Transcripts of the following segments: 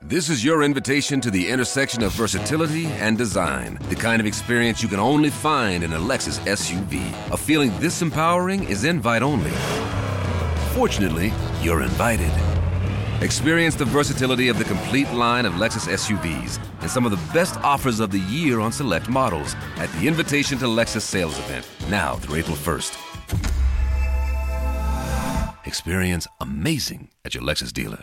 This is your invitation to the intersection of versatility and design. The kind of experience you can only find in a Lexus SUV. A feeling this empowering is invite only. Fortunately, you're invited. Experience the versatility of the complete line of Lexus SUVs and some of the best offers of the year on select models at the Invitation to Lexus sales event, now through April 1st. Experience amazing at your Lexus dealer.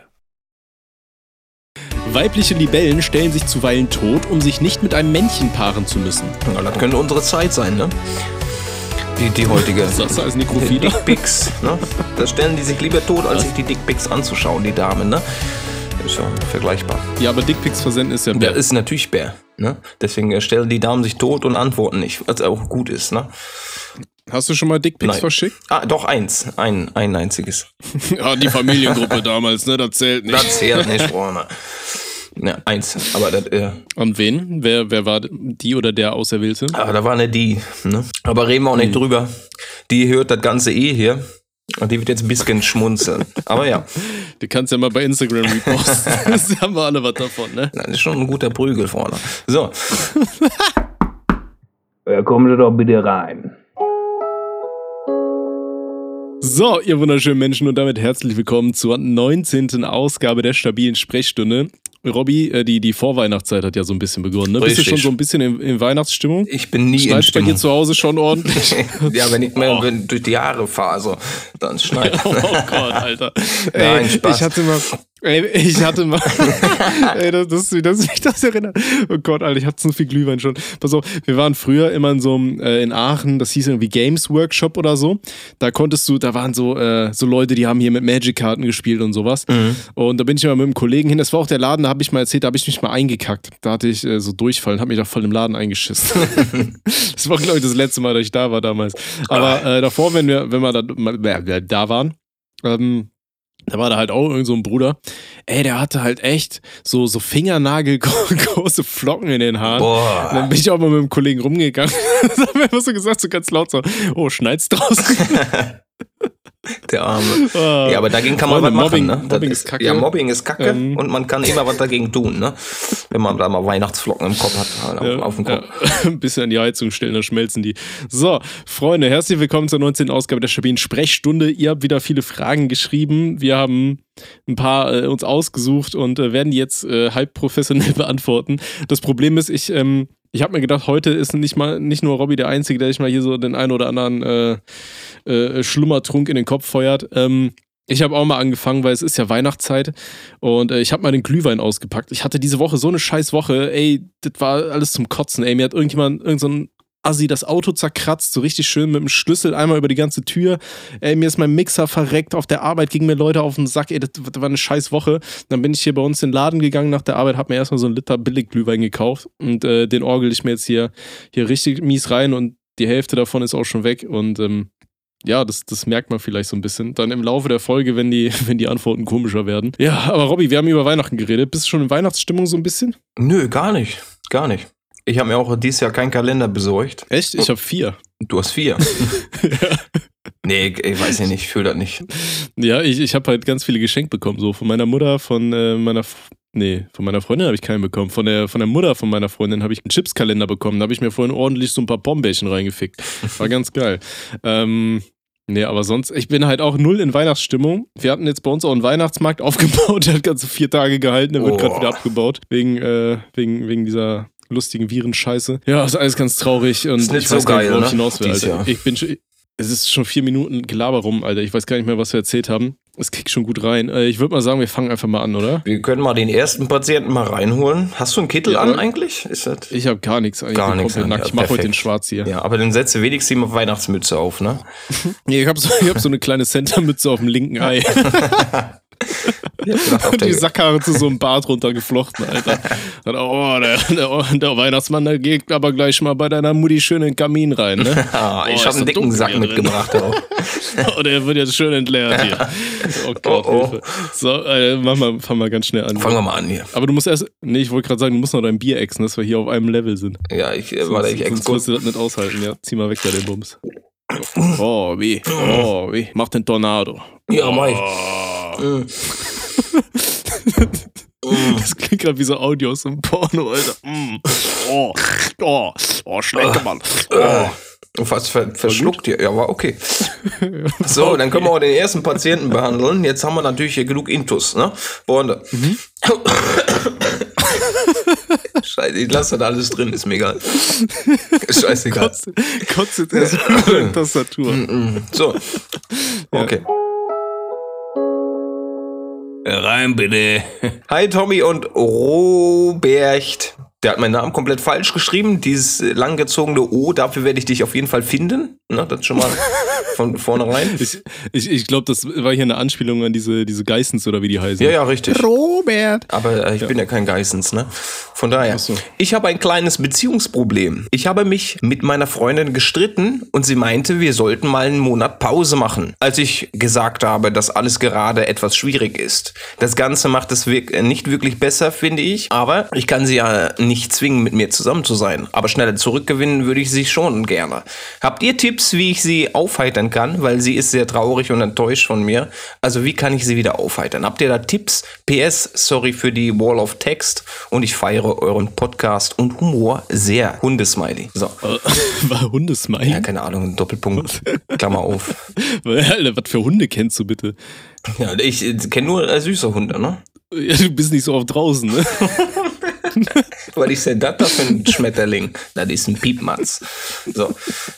Weibliche Libellen stellen sich zuweilen tot, um sich nicht mit einem Männchen paaren zu müssen. Ja, das könnte unsere Zeit sein, ne? Die heutige. Das heißt Nekrophile. Dickpics, ne? Da stellen die sich lieber tot, als sich die Dickpics anzuschauen, die Damen, ne? Ist ja vergleichbar. Ja, aber Dickpics versenden ist ja Bär. Ja, ist natürlich Bär, ne? Deswegen stellen die Damen sich tot und antworten nicht, was auch gut ist, ne? Hast du schon mal Dickpics verschickt? Ah, doch eins. Ein einziges. Ja, die Familiengruppe damals, ne? Das zählt nicht. Das zählt nicht, Freunde. Ja, eins. Aber das, An wen? Wer war die oder der Auserwählte? Ah, da war eine die, ne? Aber reden wir auch nicht drüber. Die hört das ganze hier. Und die wird jetzt ein bisschen schmunzeln. Aber ja. Du kannst ja mal bei Instagram reposten. Das haben wir alle was davon, ne? Das ist schon ein guter Prügel, Freunde. So. Ja, kommen Sie doch bitte rein. So, ihr wunderschönen Menschen und damit herzlich willkommen zur 19. Ausgabe der stabilen Sprechstunde. Robby, die Vorweihnachtszeit hat ja so ein bisschen begonnen, ne? Bist du schon so ein bisschen in Weihnachtsstimmung? Ich bin nie in Stimmung. Schneit bei dir zu Hause schon ordentlich? Ja, wenn ich mehr durch die Jahre fahre, so, dann schneit. Oh Gott, Alter. Nein, Spaß. Ich hatte mal, dass mich das erinnert. Oh Gott, Alter, ich hatte so viel Glühwein schon. Pass auf, wir waren früher immer in so einem, in Aachen, das hieß irgendwie Games Workshop oder so. Da waren so Leute, die haben hier mit Magic-Karten gespielt und sowas. Mhm. Und da bin ich immer mit einem Kollegen hin, das war auch der Laden, da habe ich mal erzählt, da habe ich mich mal eingekackt. Da hatte ich so Durchfall und habe mich da voll im Laden eingeschissen. Das war, glaube ich, das letzte Mal, dass ich da war damals. Aber davor, wenn wir da waren, da war da halt auch irgend so ein Bruder. Ey, der hatte halt echt so fingernagelgroße Flocken in den Haaren. Boah. Und dann bin ich auch mal mit dem Kollegen rumgegangen. Das haben wir immer so gesagt, so ganz laut so, oh, schneit's draußen. Der Arme. Ja, aber dagegen kann man was machen, ne? Mobbing ist Kacke. Ja, Mobbing ist Kacke und man kann immer was dagegen tun, ne? Wenn man da mal Weihnachtsflocken im Kopf hat, auf dem Kopf. Ja. Ein bisschen an die Heizung stellen, dann schmelzen die. So, Freunde, herzlich willkommen zur 19. Ausgabe der stabilen Sprechstunde. Ihr habt wieder viele Fragen geschrieben. Wir haben ein paar uns ausgesucht und werden die jetzt halb professionell beantworten. Das Problem ist, ich habe mir gedacht, heute ist nicht nur Robby der Einzige, der sich mal hier so den einen oder anderen Schlummertrunk in den Kopf feuert. Ich habe auch mal angefangen, weil es ist ja Weihnachtszeit und ich habe mal den Glühwein ausgepackt. Ich hatte diese Woche so eine scheiß Woche, ey, das war alles zum Kotzen, ey. Mir hat irgend so ein Assi das Auto zerkratzt, so richtig schön mit dem Schlüssel einmal über die ganze Tür. Ey, mir ist mein Mixer verreckt, auf der Arbeit gingen mir Leute auf den Sack, ey, das war eine scheiß Woche. Dann bin ich hier bei uns in den Laden gegangen nach der Arbeit, hab mir erstmal so einen Liter Billigglühwein gekauft und den orgel ich mir jetzt hier richtig mies rein und die Hälfte davon ist auch schon weg und ja, das merkt man vielleicht so ein bisschen. Dann im Laufe der Folge, wenn die Antworten komischer werden. Ja, aber Robby, wir haben über Weihnachten geredet. Bist du schon in Weihnachtsstimmung so ein bisschen? Nö, gar nicht. Ich habe mir auch dieses Jahr keinen Kalender besorgt. Echt? Ich habe 4. Du hast 4? Ja. Nee, ich weiß ja nicht, ich fühle das nicht. Ja, ich habe halt ganz viele geschenkt bekommen. So von meiner Mutter, von meiner Freundin habe ich keinen bekommen. Von der Mutter von meiner Freundin habe ich einen Chipskalender bekommen. Da habe ich mir vorhin ordentlich so ein paar Bombeerchen reingefickt. War ganz geil. Nee, aber sonst, ich bin halt auch null in Weihnachtsstimmung. Wir hatten jetzt bei uns auch einen Weihnachtsmarkt aufgebaut, der hat ganze 4 Tage gehalten, der wird gerade wieder abgebaut. Wegen dieser lustigen Virenscheiße. Ja, ist alles ganz traurig und ist nicht ich so weiß gar nicht, geil, worauf ne? ich hinaus will, Alter. Es ist schon 4 Minuten Gelaber rum, Alter. Ich weiß gar nicht mehr, was wir erzählt haben. Es kickt schon gut rein. Ich würde mal sagen, wir fangen einfach mal an, oder? Wir können mal den ersten Patienten mal reinholen. Hast du einen Kittel an eigentlich? Ich habe gar nichts eigentlich. Gar nichts. Ja, ich mache heute den Schwarz hier. Ja, aber dann setze wenigstens die Weihnachtsmütze auf, ne? Ich hab so eine kleine Center-Mütze auf dem linken Ei. Die Sackhaare zu so einem Bart runtergeflochten, Alter. Dann, der Weihnachtsmann, der geht aber gleich mal bei deiner Mutti schön in den Kamin rein, ne? Ich habe einen dicken Sack mitgebracht auch. Der wird jetzt schön entleert hier. Oh Gott, Hilfe. So, fang mal ganz schnell an. Fangen wir mal an hier. Aber du musst ich wollte gerade sagen, du musst noch dein Bier exen, dass wir hier auf einem Level sind. Ja, ich ex sonst wirst du das nicht aushalten, ja. Zieh mal weg da den Bums. Oh, wie? Mach den Tornado. Ja, Mike. Das klingt gerade wie so Audios im Porno, Alter. Schnecke, Mann. Fast verschluckt hier. Ja, war okay. So, dann können wir auch den ersten Patienten behandeln. Jetzt haben wir natürlich hier genug Intus, ne? Freunde. Scheiße, ich lasse das alles drin, ist mir egal. Scheißegal. Kotzt jetzt erst über die Tastatur. So, okay. Rein bitte. Hi Tommy und Robert. Der hat meinen Namen komplett falsch geschrieben. Dieses langgezogene O, dafür werde ich dich auf jeden Fall finden. Na, das schon mal von vornherein. Ich glaube, das war hier eine Anspielung an diese Geissens oder wie die heißen. Ja, richtig. Robert. Aber ich bin ja kein Geissens, ne? Von daher. So. Ich habe ein kleines Beziehungsproblem. Ich habe mich mit meiner Freundin gestritten und sie meinte, wir sollten mal einen Monat Pause machen. Als ich gesagt habe, dass alles gerade etwas schwierig ist. Das Ganze macht es nicht wirklich besser, finde ich. Aber ich kann sie ja nicht zwingen, mit mir zusammen zu sein. Aber schneller zurückgewinnen würde ich sie schon gerne. Habt ihr Tipps, wie ich sie aufheitern kann? Weil sie ist sehr traurig und enttäuscht von mir. Also wie kann ich sie wieder aufheitern? Habt ihr da Tipps? PS, sorry für die Wall of Text und ich feiere euren Podcast und Humor sehr. Hundesmiley. So. War Hundesmiley? Ja, keine Ahnung, Doppelpunkt, Klammer auf. Alter, was für Hunde kennst du bitte? Ja, ich kenne nur süße Hunde, ne? Ja, du bist nicht so oft draußen, ne? Was ist denn das da für ein Schmetterling? Das ist ein Piepmatz. So.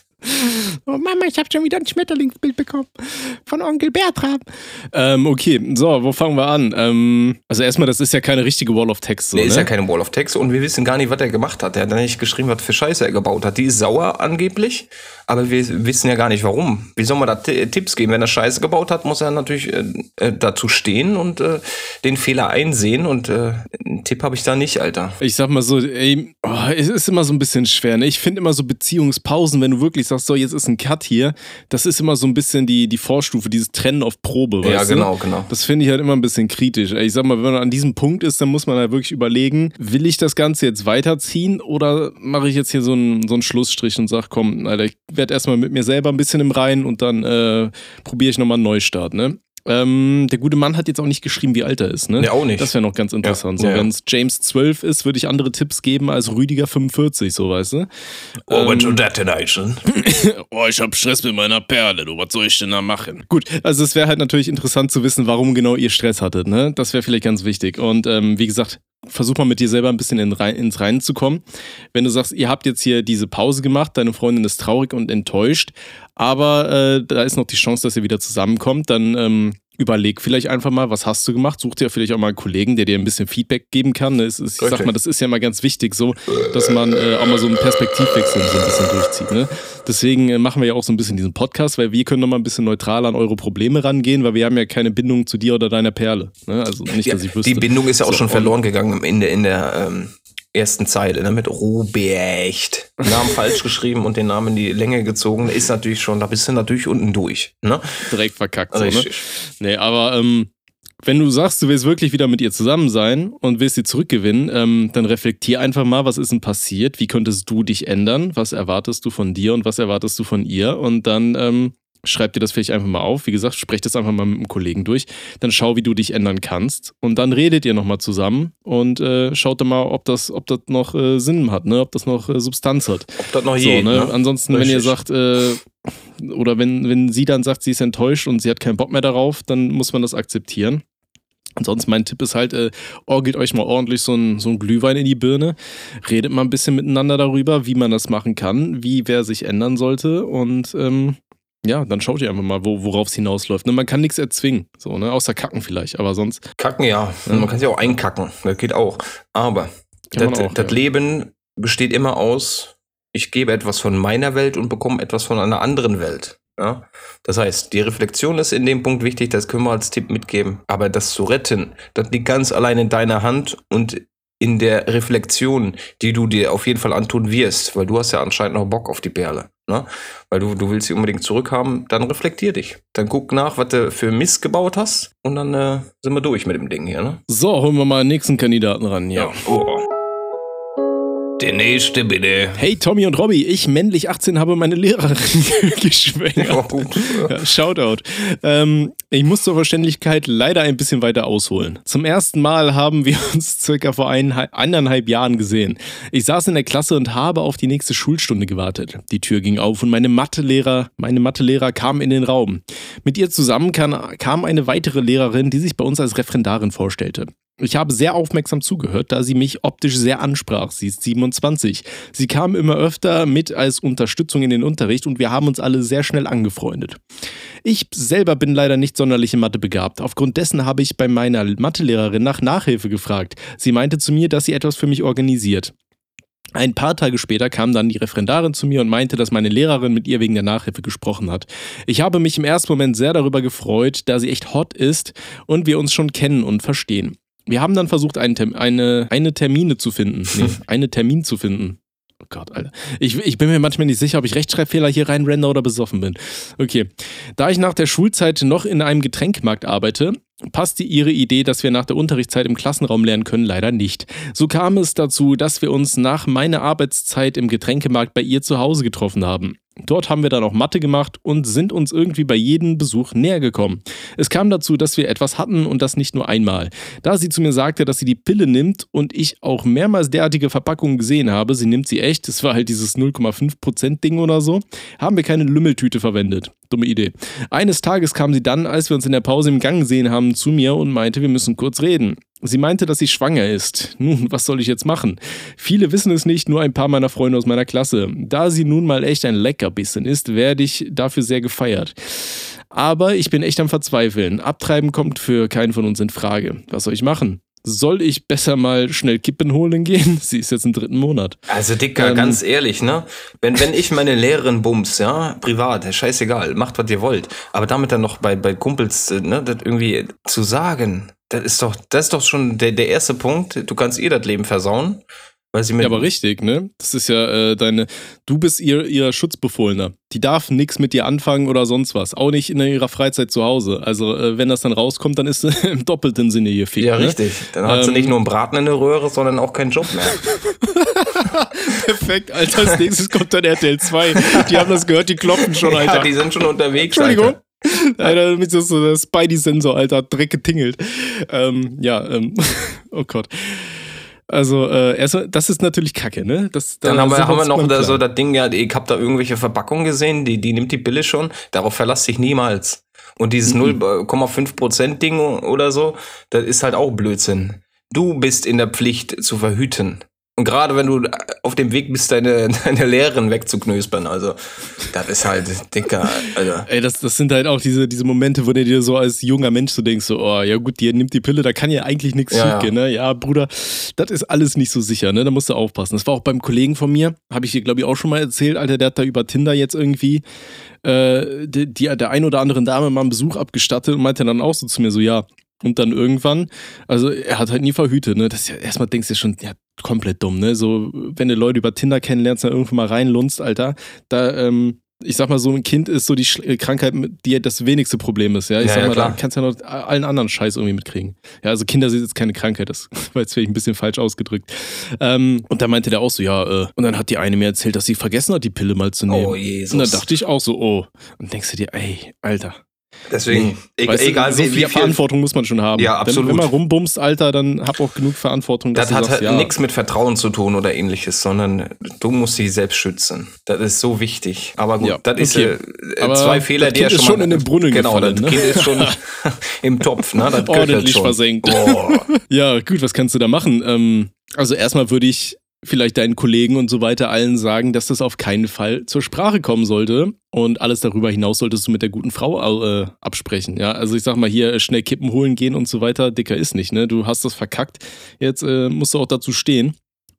Oh Mama, ich habe schon wieder ein Schmetterlingsbild bekommen von Onkel Bertram. Okay, so, wo fangen wir an? Also erstmal, das ist ja keine richtige Wall of Text. So, nee, ist ja keine Wall of Text und wir wissen gar nicht, was er gemacht hat. Er hat ja nicht geschrieben, was für Scheiße er gebaut hat. Die ist sauer angeblich, aber wir wissen ja gar nicht, warum. Wie soll man da Tipps geben? Wenn er Scheiße gebaut hat, muss er natürlich dazu stehen und den Fehler einsehen und einen Tipp habe ich da nicht, Alter. Ich sag mal so, ey, es ist immer so ein bisschen schwer, ne? Ich finde immer so Beziehungspausen, wenn du wirklich sagst, so, jetzt ist ein Cut hier, das ist immer so ein bisschen die Vorstufe, dieses Trennen auf Probe, weißt du? Ja, genau. Das finde ich halt immer ein bisschen kritisch. Ich sag mal, wenn man an diesem Punkt ist, dann muss man halt wirklich überlegen, will ich das Ganze jetzt weiterziehen oder mache ich jetzt hier so einen Schlussstrich und sag, komm, Alter, ich werde erstmal mit mir selber ein bisschen im Reinen und dann probiere ich nochmal einen Neustart, ne? Der gute Mann hat jetzt auch nicht geschrieben, wie alt er ist, ne? Ja, auch nicht. Das wäre noch ganz interessant. Ja, so, wenn es James 12 ist, würde ich andere Tipps geben als Rüdiger 45, so, weißt du? But that detonation. Ich hab Stress mit meiner Perle, du, was soll ich denn da machen? Gut, also es wäre halt natürlich interessant zu wissen, warum genau ihr Stress hattet, ne? Das wäre vielleicht ganz wichtig. Und wie gesagt, versuch mal mit dir selber ein bisschen ins Reinen zu kommen. Wenn du sagst, ihr habt jetzt hier diese Pause gemacht, deine Freundin ist traurig und enttäuscht, aber da ist noch die Chance, dass ihr wieder zusammenkommt, dann überleg vielleicht einfach mal, was hast du gemacht? Such dir vielleicht auch mal einen Kollegen, der dir ein bisschen Feedback geben kann. Ich sag mal, das ist ja mal ganz wichtig so, dass man auch mal so einen Perspektivwechsel so ein bisschen durchzieht. Ne? Deswegen machen wir ja auch so ein bisschen diesen Podcast, weil wir können noch mal ein bisschen neutraler an eure Probleme rangehen, weil wir haben ja keine Bindung zu dir oder deiner Perle. Ne? Also nicht, dass ich wüsste. Die Bindung ist ja auch schon verloren gegangen in der ersten Zeile, ne, mit Robert. Namen falsch geschrieben und den Namen in die Länge gezogen, ist natürlich schon, da bist du natürlich unten durch, ne? Direkt verkackt, so, ne? Nee, aber wenn du sagst, du willst wirklich wieder mit ihr zusammen sein und willst sie zurückgewinnen, dann reflektier einfach mal, was ist denn passiert, wie könntest du dich ändern, was erwartest du von dir und was erwartest du von ihr und dann schreib dir das vielleicht einfach mal auf. Wie gesagt, sprech das einfach mal mit einem Kollegen durch. Dann schau, wie du dich ändern kannst. Und dann redet ihr nochmal zusammen und schaut dann mal, ob das noch Sinn hat, ne? Ob das noch Substanz hat. Ob das noch geht, ne? Ansonsten, wenn ihr sagt, oder wenn sie dann sagt, sie ist enttäuscht und sie hat keinen Bock mehr darauf, dann muss man das akzeptieren. Ansonsten mein Tipp ist halt, orgelt euch mal ordentlich so ein Glühwein in die Birne, redet mal ein bisschen miteinander darüber, wie man das machen kann, wer sich ändern sollte und ja, dann schaut ihr einfach mal, worauf es hinausläuft. Ne, man kann nichts erzwingen, so, ne? Außer kacken vielleicht, aber sonst. Kacken, ja. Man kann sich auch einkacken, das geht auch. Aber das Leben besteht immer aus, ich gebe etwas von meiner Welt und bekomme etwas von einer anderen Welt. Ja? Das heißt, die Reflexion ist in dem Punkt wichtig, das können wir als Tipp mitgeben. Aber das zu retten, das liegt ganz allein in deiner Hand und in der Reflexion, die du dir auf jeden Fall antun wirst, weil du hast ja anscheinend noch Bock auf die Perle, ne? Weil du willst sie unbedingt zurückhaben, dann reflektier dich. Dann guck nach, was du für Mist gebaut hast und dann sind wir durch mit dem Ding hier, ne? So, holen wir mal den nächsten Kandidaten ran, ja. Oh. Der nächste bitte. Hey Tommy und Robby, ich männlich 18 habe meine Lehrerin geschwängert. Oh, gut. Ja, Shoutout. Ich muss zur Verständlichkeit leider ein bisschen weiter ausholen. Zum ersten Mal haben wir uns circa vor 1,5 Jahren gesehen. Ich saß in der Klasse und habe auf die nächste Schulstunde gewartet. Die Tür ging auf und meine Mathelehrer kam in den Raum. Mit ihr zusammen kam eine weitere Lehrerin, die sich bei uns als Referendarin vorstellte. Ich habe sehr aufmerksam zugehört, da sie mich optisch sehr ansprach. Sie ist 27. Sie kam immer öfter mit als Unterstützung in den Unterricht und wir haben uns alle sehr schnell angefreundet. Ich selber bin leider nicht sonderlich in Mathe begabt. Aufgrund dessen habe ich bei meiner Mathelehrerin nach Nachhilfe gefragt. Sie meinte zu mir, dass sie etwas für mich organisiert. Ein paar Tage später kam dann die Referendarin zu mir und meinte, dass meine Lehrerin mit ihr wegen der Nachhilfe gesprochen hat. Ich habe mich im ersten Moment sehr darüber gefreut, da sie echt hot ist und wir uns schon kennen und verstehen. Wir haben dann versucht, einen Termin zu finden. Oh Gott, Alter. Ich bin mir manchmal nicht sicher, ob ich Rechtschreibfehler hier reinrender oder besoffen bin. Okay. Da ich nach der Schulzeit noch in einem Getränkmarkt arbeite, passte ihre Idee, dass wir nach der Unterrichtszeit im Klassenraum lernen können, leider nicht. So kam es dazu, dass wir uns nach meiner Arbeitszeit im Getränkemarkt bei ihr zu Hause getroffen haben. Dort haben wir dann auch Mathe gemacht und sind uns irgendwie bei jedem Besuch näher gekommen. Es kam dazu, dass wir etwas hatten und das nicht nur einmal. Da sie zu mir sagte, dass sie die Pille nimmt und ich auch mehrmals derartige Verpackungen gesehen habe, sie nimmt sie echt, das war halt dieses 0,5% Ding oder so, haben wir keine Lümmeltüte verwendet. Dumme Idee. Eines Tages kam sie dann, als wir uns in der Pause im Gang gesehen haben, zu mir und meinte, wir müssen kurz reden. Sie meinte, dass sie schwanger ist. Nun, was soll ich jetzt machen? Viele wissen es nicht, nur ein paar meiner Freunde aus meiner Klasse. Da sie nun mal echt ein Leckerbissen ist, werde ich dafür sehr gefeiert. Aber ich bin echt am Verzweifeln. Abtreiben kommt für keinen von uns in Frage. Was soll ich machen? Soll ich besser mal schnell Kippen holen gehen? Sie ist jetzt im 3. Monat. Also Dicker, ganz ehrlich, ne? Wenn ich meine Lehrerin bums, ja, privat, scheißegal, macht, was ihr wollt. Aber damit dann noch bei Kumpels, ne, das irgendwie zu sagen, das ist doch schon der erste Punkt. Du kannst ihr das Leben versauen. Weil sie ja, aber richtig, ne? Das ist ja du bist ihr Schutzbefohlener. Die darf nichts mit dir anfangen oder sonst was. Auch nicht in ihrer Freizeit zu Hause. Also wenn das dann rauskommt, dann ist sie im doppelten Sinne hier fick. Ja, richtig. Dann hat sie nicht nur einen Braten in der Röhre, sondern auch keinen Job mehr. Perfekt, Alter. Als nächstes kommt dann RTL 2. Die haben das gehört, die klopfen schon, Alter. Ja, die sind schon unterwegs, Entschuldigung. Alter. Alter, mit so der Spidey-Sensor, Alter, Dreck getingelt. Oh Gott. Also, das ist natürlich Kacke, ne? Dann haben wir noch so das Ding, ja, ich hab da irgendwelche Verpackungen gesehen, die nimmt die Pille schon, darauf verlass dich niemals. Und dieses 0,5% Ding oder so, das ist halt auch Blödsinn. Du bist in der Pflicht zu verhüten. Und gerade wenn du auf dem Weg bist, deine Lehrerin wegzuknöspern, also das ist halt dicker, Alter. Ey, das sind halt auch diese Momente, wo du dir so als junger Mensch so denkst, so, oh, ja gut, die nimmt die Pille, da kann ja eigentlich nichts schiefgehen, ne? Ja, Bruder, das ist alles nicht so sicher, ne? Da musst du aufpassen. Das war auch beim Kollegen von mir, habe ich dir, glaube ich, auch schon mal erzählt, Alter, der hat da über Tinder jetzt irgendwie der ein oder anderen Dame mal einen Besuch abgestattet und meinte dann auch so zu mir so, ja. Und dann irgendwann, also er hat halt nie verhütet, ne? Das ist ja, erstmal denkst du schon, ja, komplett dumm, ne? So, wenn du Leute über Tinder kennenlernst, dann irgendwann mal reinlunzt, Alter, da, ich sag mal, so ein Kind ist so die Krankheit, die das wenigste Problem ist, ja? Ich sag mal, da kannst du ja noch allen anderen Scheiß irgendwie mitkriegen. Ja, also Kinder sind jetzt keine Krankheit, das war jetzt vielleicht ein bisschen falsch ausgedrückt. Und da meinte der auch so, ja, und dann hat die eine mir erzählt, dass sie vergessen hat, die Pille mal zu nehmen. Oh, Jesus. Und dann dachte ich auch so, oh. Und denkst du dir, ey, Alter. Deswegen, egal so viel Verantwortung muss man schon haben. Ja, absolut. Wenn man rumbumst, Alter, dann hab auch genug Verantwortung. Das hat halt nichts mit Vertrauen zu tun oder ähnliches, sondern du musst dich selbst schützen. Das ist so wichtig. Aber gut, das ist zwei Fehler, die ja schon mal... Das Kind ist schon in den Brunnen gefallen, das Kind ist schon im Topf, ne? Das ordentlich schon versenkt. Oh. Ja, gut, was kannst du da machen? Also erstmal würde ich vielleicht deinen Kollegen und so weiter allen sagen, dass das auf keinen Fall zur Sprache kommen sollte und alles darüber hinaus solltest du mit der guten Frau absprechen, ja, also ich sag mal hier schnell Kippen holen gehen und so weiter, dicker ist nicht, ne, du hast das verkackt, jetzt musst du auch dazu stehen,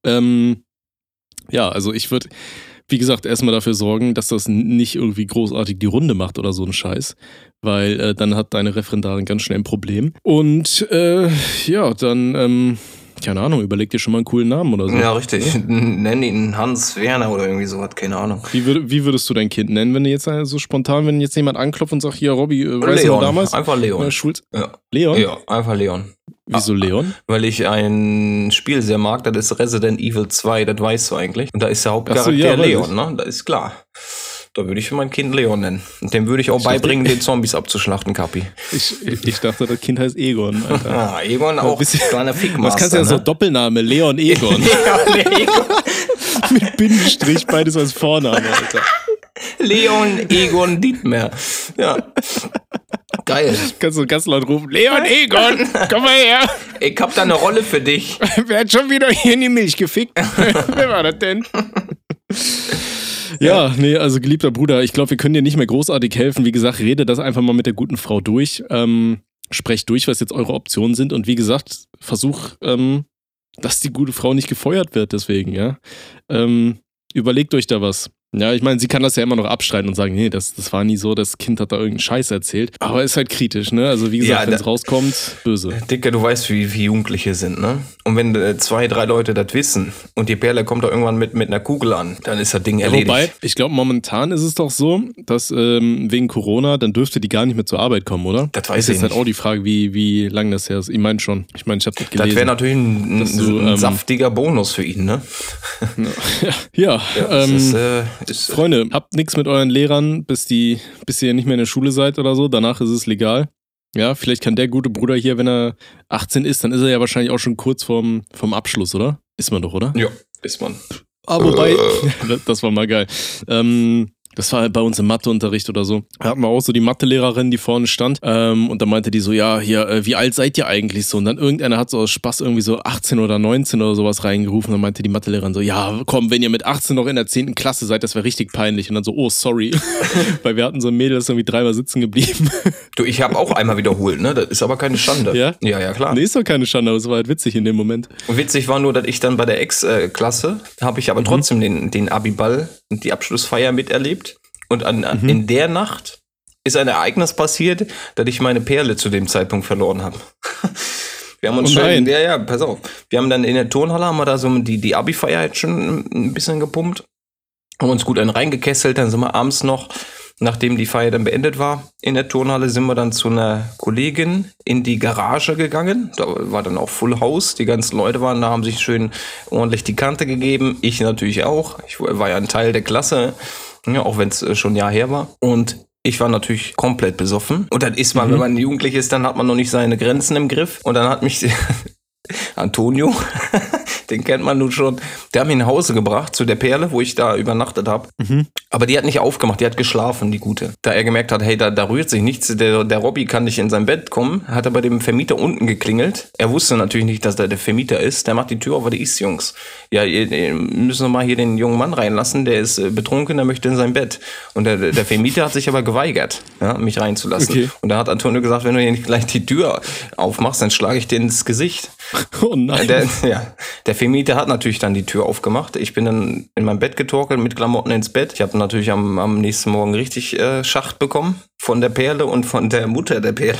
ja, also ich würde, wie gesagt, erstmal dafür sorgen, dass das nicht irgendwie großartig die Runde macht oder so ein Scheiß, weil dann hat deine Referendarin ganz schnell ein Problem und ja, dann keine Ahnung, überleg dir schon mal einen coolen Namen oder so. Ja, richtig. Ja? Nenn ihn Hans Werner oder irgendwie sowas, keine Ahnung. Wie würdest du dein Kind nennen, wenn du jetzt so spontan, wenn jetzt jemand anklopft und sagt, hier, Robby, weißt du noch damals? Einfach Leon. Schulz? Ja. Leon? Ja, einfach Leon. Wieso Leon? Weil ich ein Spiel sehr mag, das ist Resident Evil 2, das weißt du eigentlich. Und da ist der Hauptcharakter Leon, ne? Das ist klar. Da würde ich mein Kind Leon nennen. Und dem würde ich auch beibringen, den Zombies abzuschlachten, Kapi. Ich dachte, das Kind heißt Egon, Alter. Egon auch ein kleiner Fickmaster. Was kannst du ja so Doppelname, Leon Egon. Leon Egon. Mit Bindestrich, beides als Vorname, Alter. Leon Egon Dietmar. Ja. Geil. Kannst du ganz laut rufen, Leon Egon, komm mal her. Ich hab da eine Rolle für dich. Wer hat schon wieder hier in die Milch gefickt? Wer war das denn? Ja, nee, also geliebter Bruder, ich glaube, wir können dir nicht mehr großartig helfen. Wie gesagt, rede das einfach mal mit der guten Frau durch. Sprecht durch, was jetzt eure Optionen sind. Und wie gesagt, versuch, dass die gute Frau nicht gefeuert wird deswegen, ja. Überlegt euch da was. Ja, ich meine, sie kann das ja immer noch abstreiten und sagen, nee, das war nie so, das Kind hat da irgendeinen Scheiß erzählt. Aber ist halt kritisch, ne? Also wie gesagt, wenn es rauskommt, böse. Dicker, du weißt, wie Jugendliche sind, ne? Und wenn 2, 3 Leute das wissen und die Perle kommt da irgendwann mit einer Kugel an, dann ist das Ding erledigt. Wobei, ich glaube, momentan ist es doch so, dass wegen Corona, dann dürfte die gar nicht mehr zur Arbeit kommen, oder? Das weiß ich nicht. Das ist halt auch die Frage, wie lange das her ist. Ich meine schon. Ich habe das gelesen. Das wäre natürlich ein saftiger Bonus für ihn, ne? Ja, Freunde, habt nichts mit euren Lehrern, bis ihr nicht mehr in der Schule seid oder so. Danach ist es legal. Ja, vielleicht kann der gute Bruder hier, wenn er 18 ist, dann ist er ja wahrscheinlich auch schon kurz vorm Abschluss, oder? Ist man doch, oder? Ja, ist man. Aber wobei, das war mal geil. Das war halt bei uns im Matheunterricht oder so. Da hatten wir auch so die Mathelehrerin, die vorne stand. Und dann meinte die so, ja, hier, wie alt seid ihr eigentlich so? Und dann irgendeiner hat so aus Spaß irgendwie so 18 oder 19 oder sowas reingerufen. Dann meinte die Mathelehrerin so, ja, komm, wenn ihr mit 18 noch in der 10. Klasse seid, das wäre richtig peinlich. Und dann so, oh, sorry. Weil wir hatten so ein Mädel, das ist irgendwie 3-mal sitzen geblieben. Du, ich habe auch einmal wiederholt, ne? Das ist aber keine Schande. Ja? Ja, klar. Nee, ist doch keine Schande, aber es war halt witzig in dem Moment. Und witzig war nur, dass ich dann bei der Ex-Klasse, habe ich aber trotzdem den Abiball und die Abschlussfeier miterlebt. Und in der Nacht ist ein Ereignis passiert, dass ich meine Perle zu dem Zeitpunkt verloren habe. Wir haben uns pass auf. Wir haben dann in der Turnhalle, haben wir da so die Abi-Feier jetzt schon ein bisschen gepumpt. Haben uns gut einen reingekesselt, dann sind wir abends noch, nachdem die Feier dann beendet war, in der Turnhalle sind wir dann zu einer Kollegin in die Garage gegangen. Da war dann auch Full House, die ganzen Leute waren da, haben sich schön ordentlich die Kante gegeben. Ich natürlich auch. Ich war ja ein Teil der Klasse. Ja, auch wenn es schon ein Jahr her war. Und ich war natürlich komplett besoffen. Und dann ist man, wenn man jugendlich ist, dann hat man noch nicht seine Grenzen im Griff. Und dann hat mich Antonio, den kennt man nun schon, der hat mich nach Hause gebracht zu der Perle, wo ich da übernachtet habe. Aber die hat nicht aufgemacht, die hat geschlafen, die Gute. Da er gemerkt hat, hey, da rührt sich nichts, der Robby kann nicht in sein Bett kommen, hat er bei dem Vermieter unten geklingelt. Er wusste natürlich nicht, dass da der Vermieter ist. Der macht die Tür auf, was ist, Jungs? Ja, ihr müssen wir mal hier den jungen Mann reinlassen, der ist betrunken, der möchte in sein Bett. Und der Vermieter hat sich aber geweigert, ja, mich reinzulassen. Okay. Und da hat Antonio gesagt, wenn du hier nicht gleich die Tür aufmachst, dann schlage ich dir ins Gesicht. Oh nein. Der Vermieter hat natürlich dann die Tür aufgemacht. Ich bin dann in mein Bett getorkelt mit Klamotten ins Bett. Ich habe natürlich am nächsten Morgen richtig Schacht bekommen von der Perle und von der Mutter der Perle.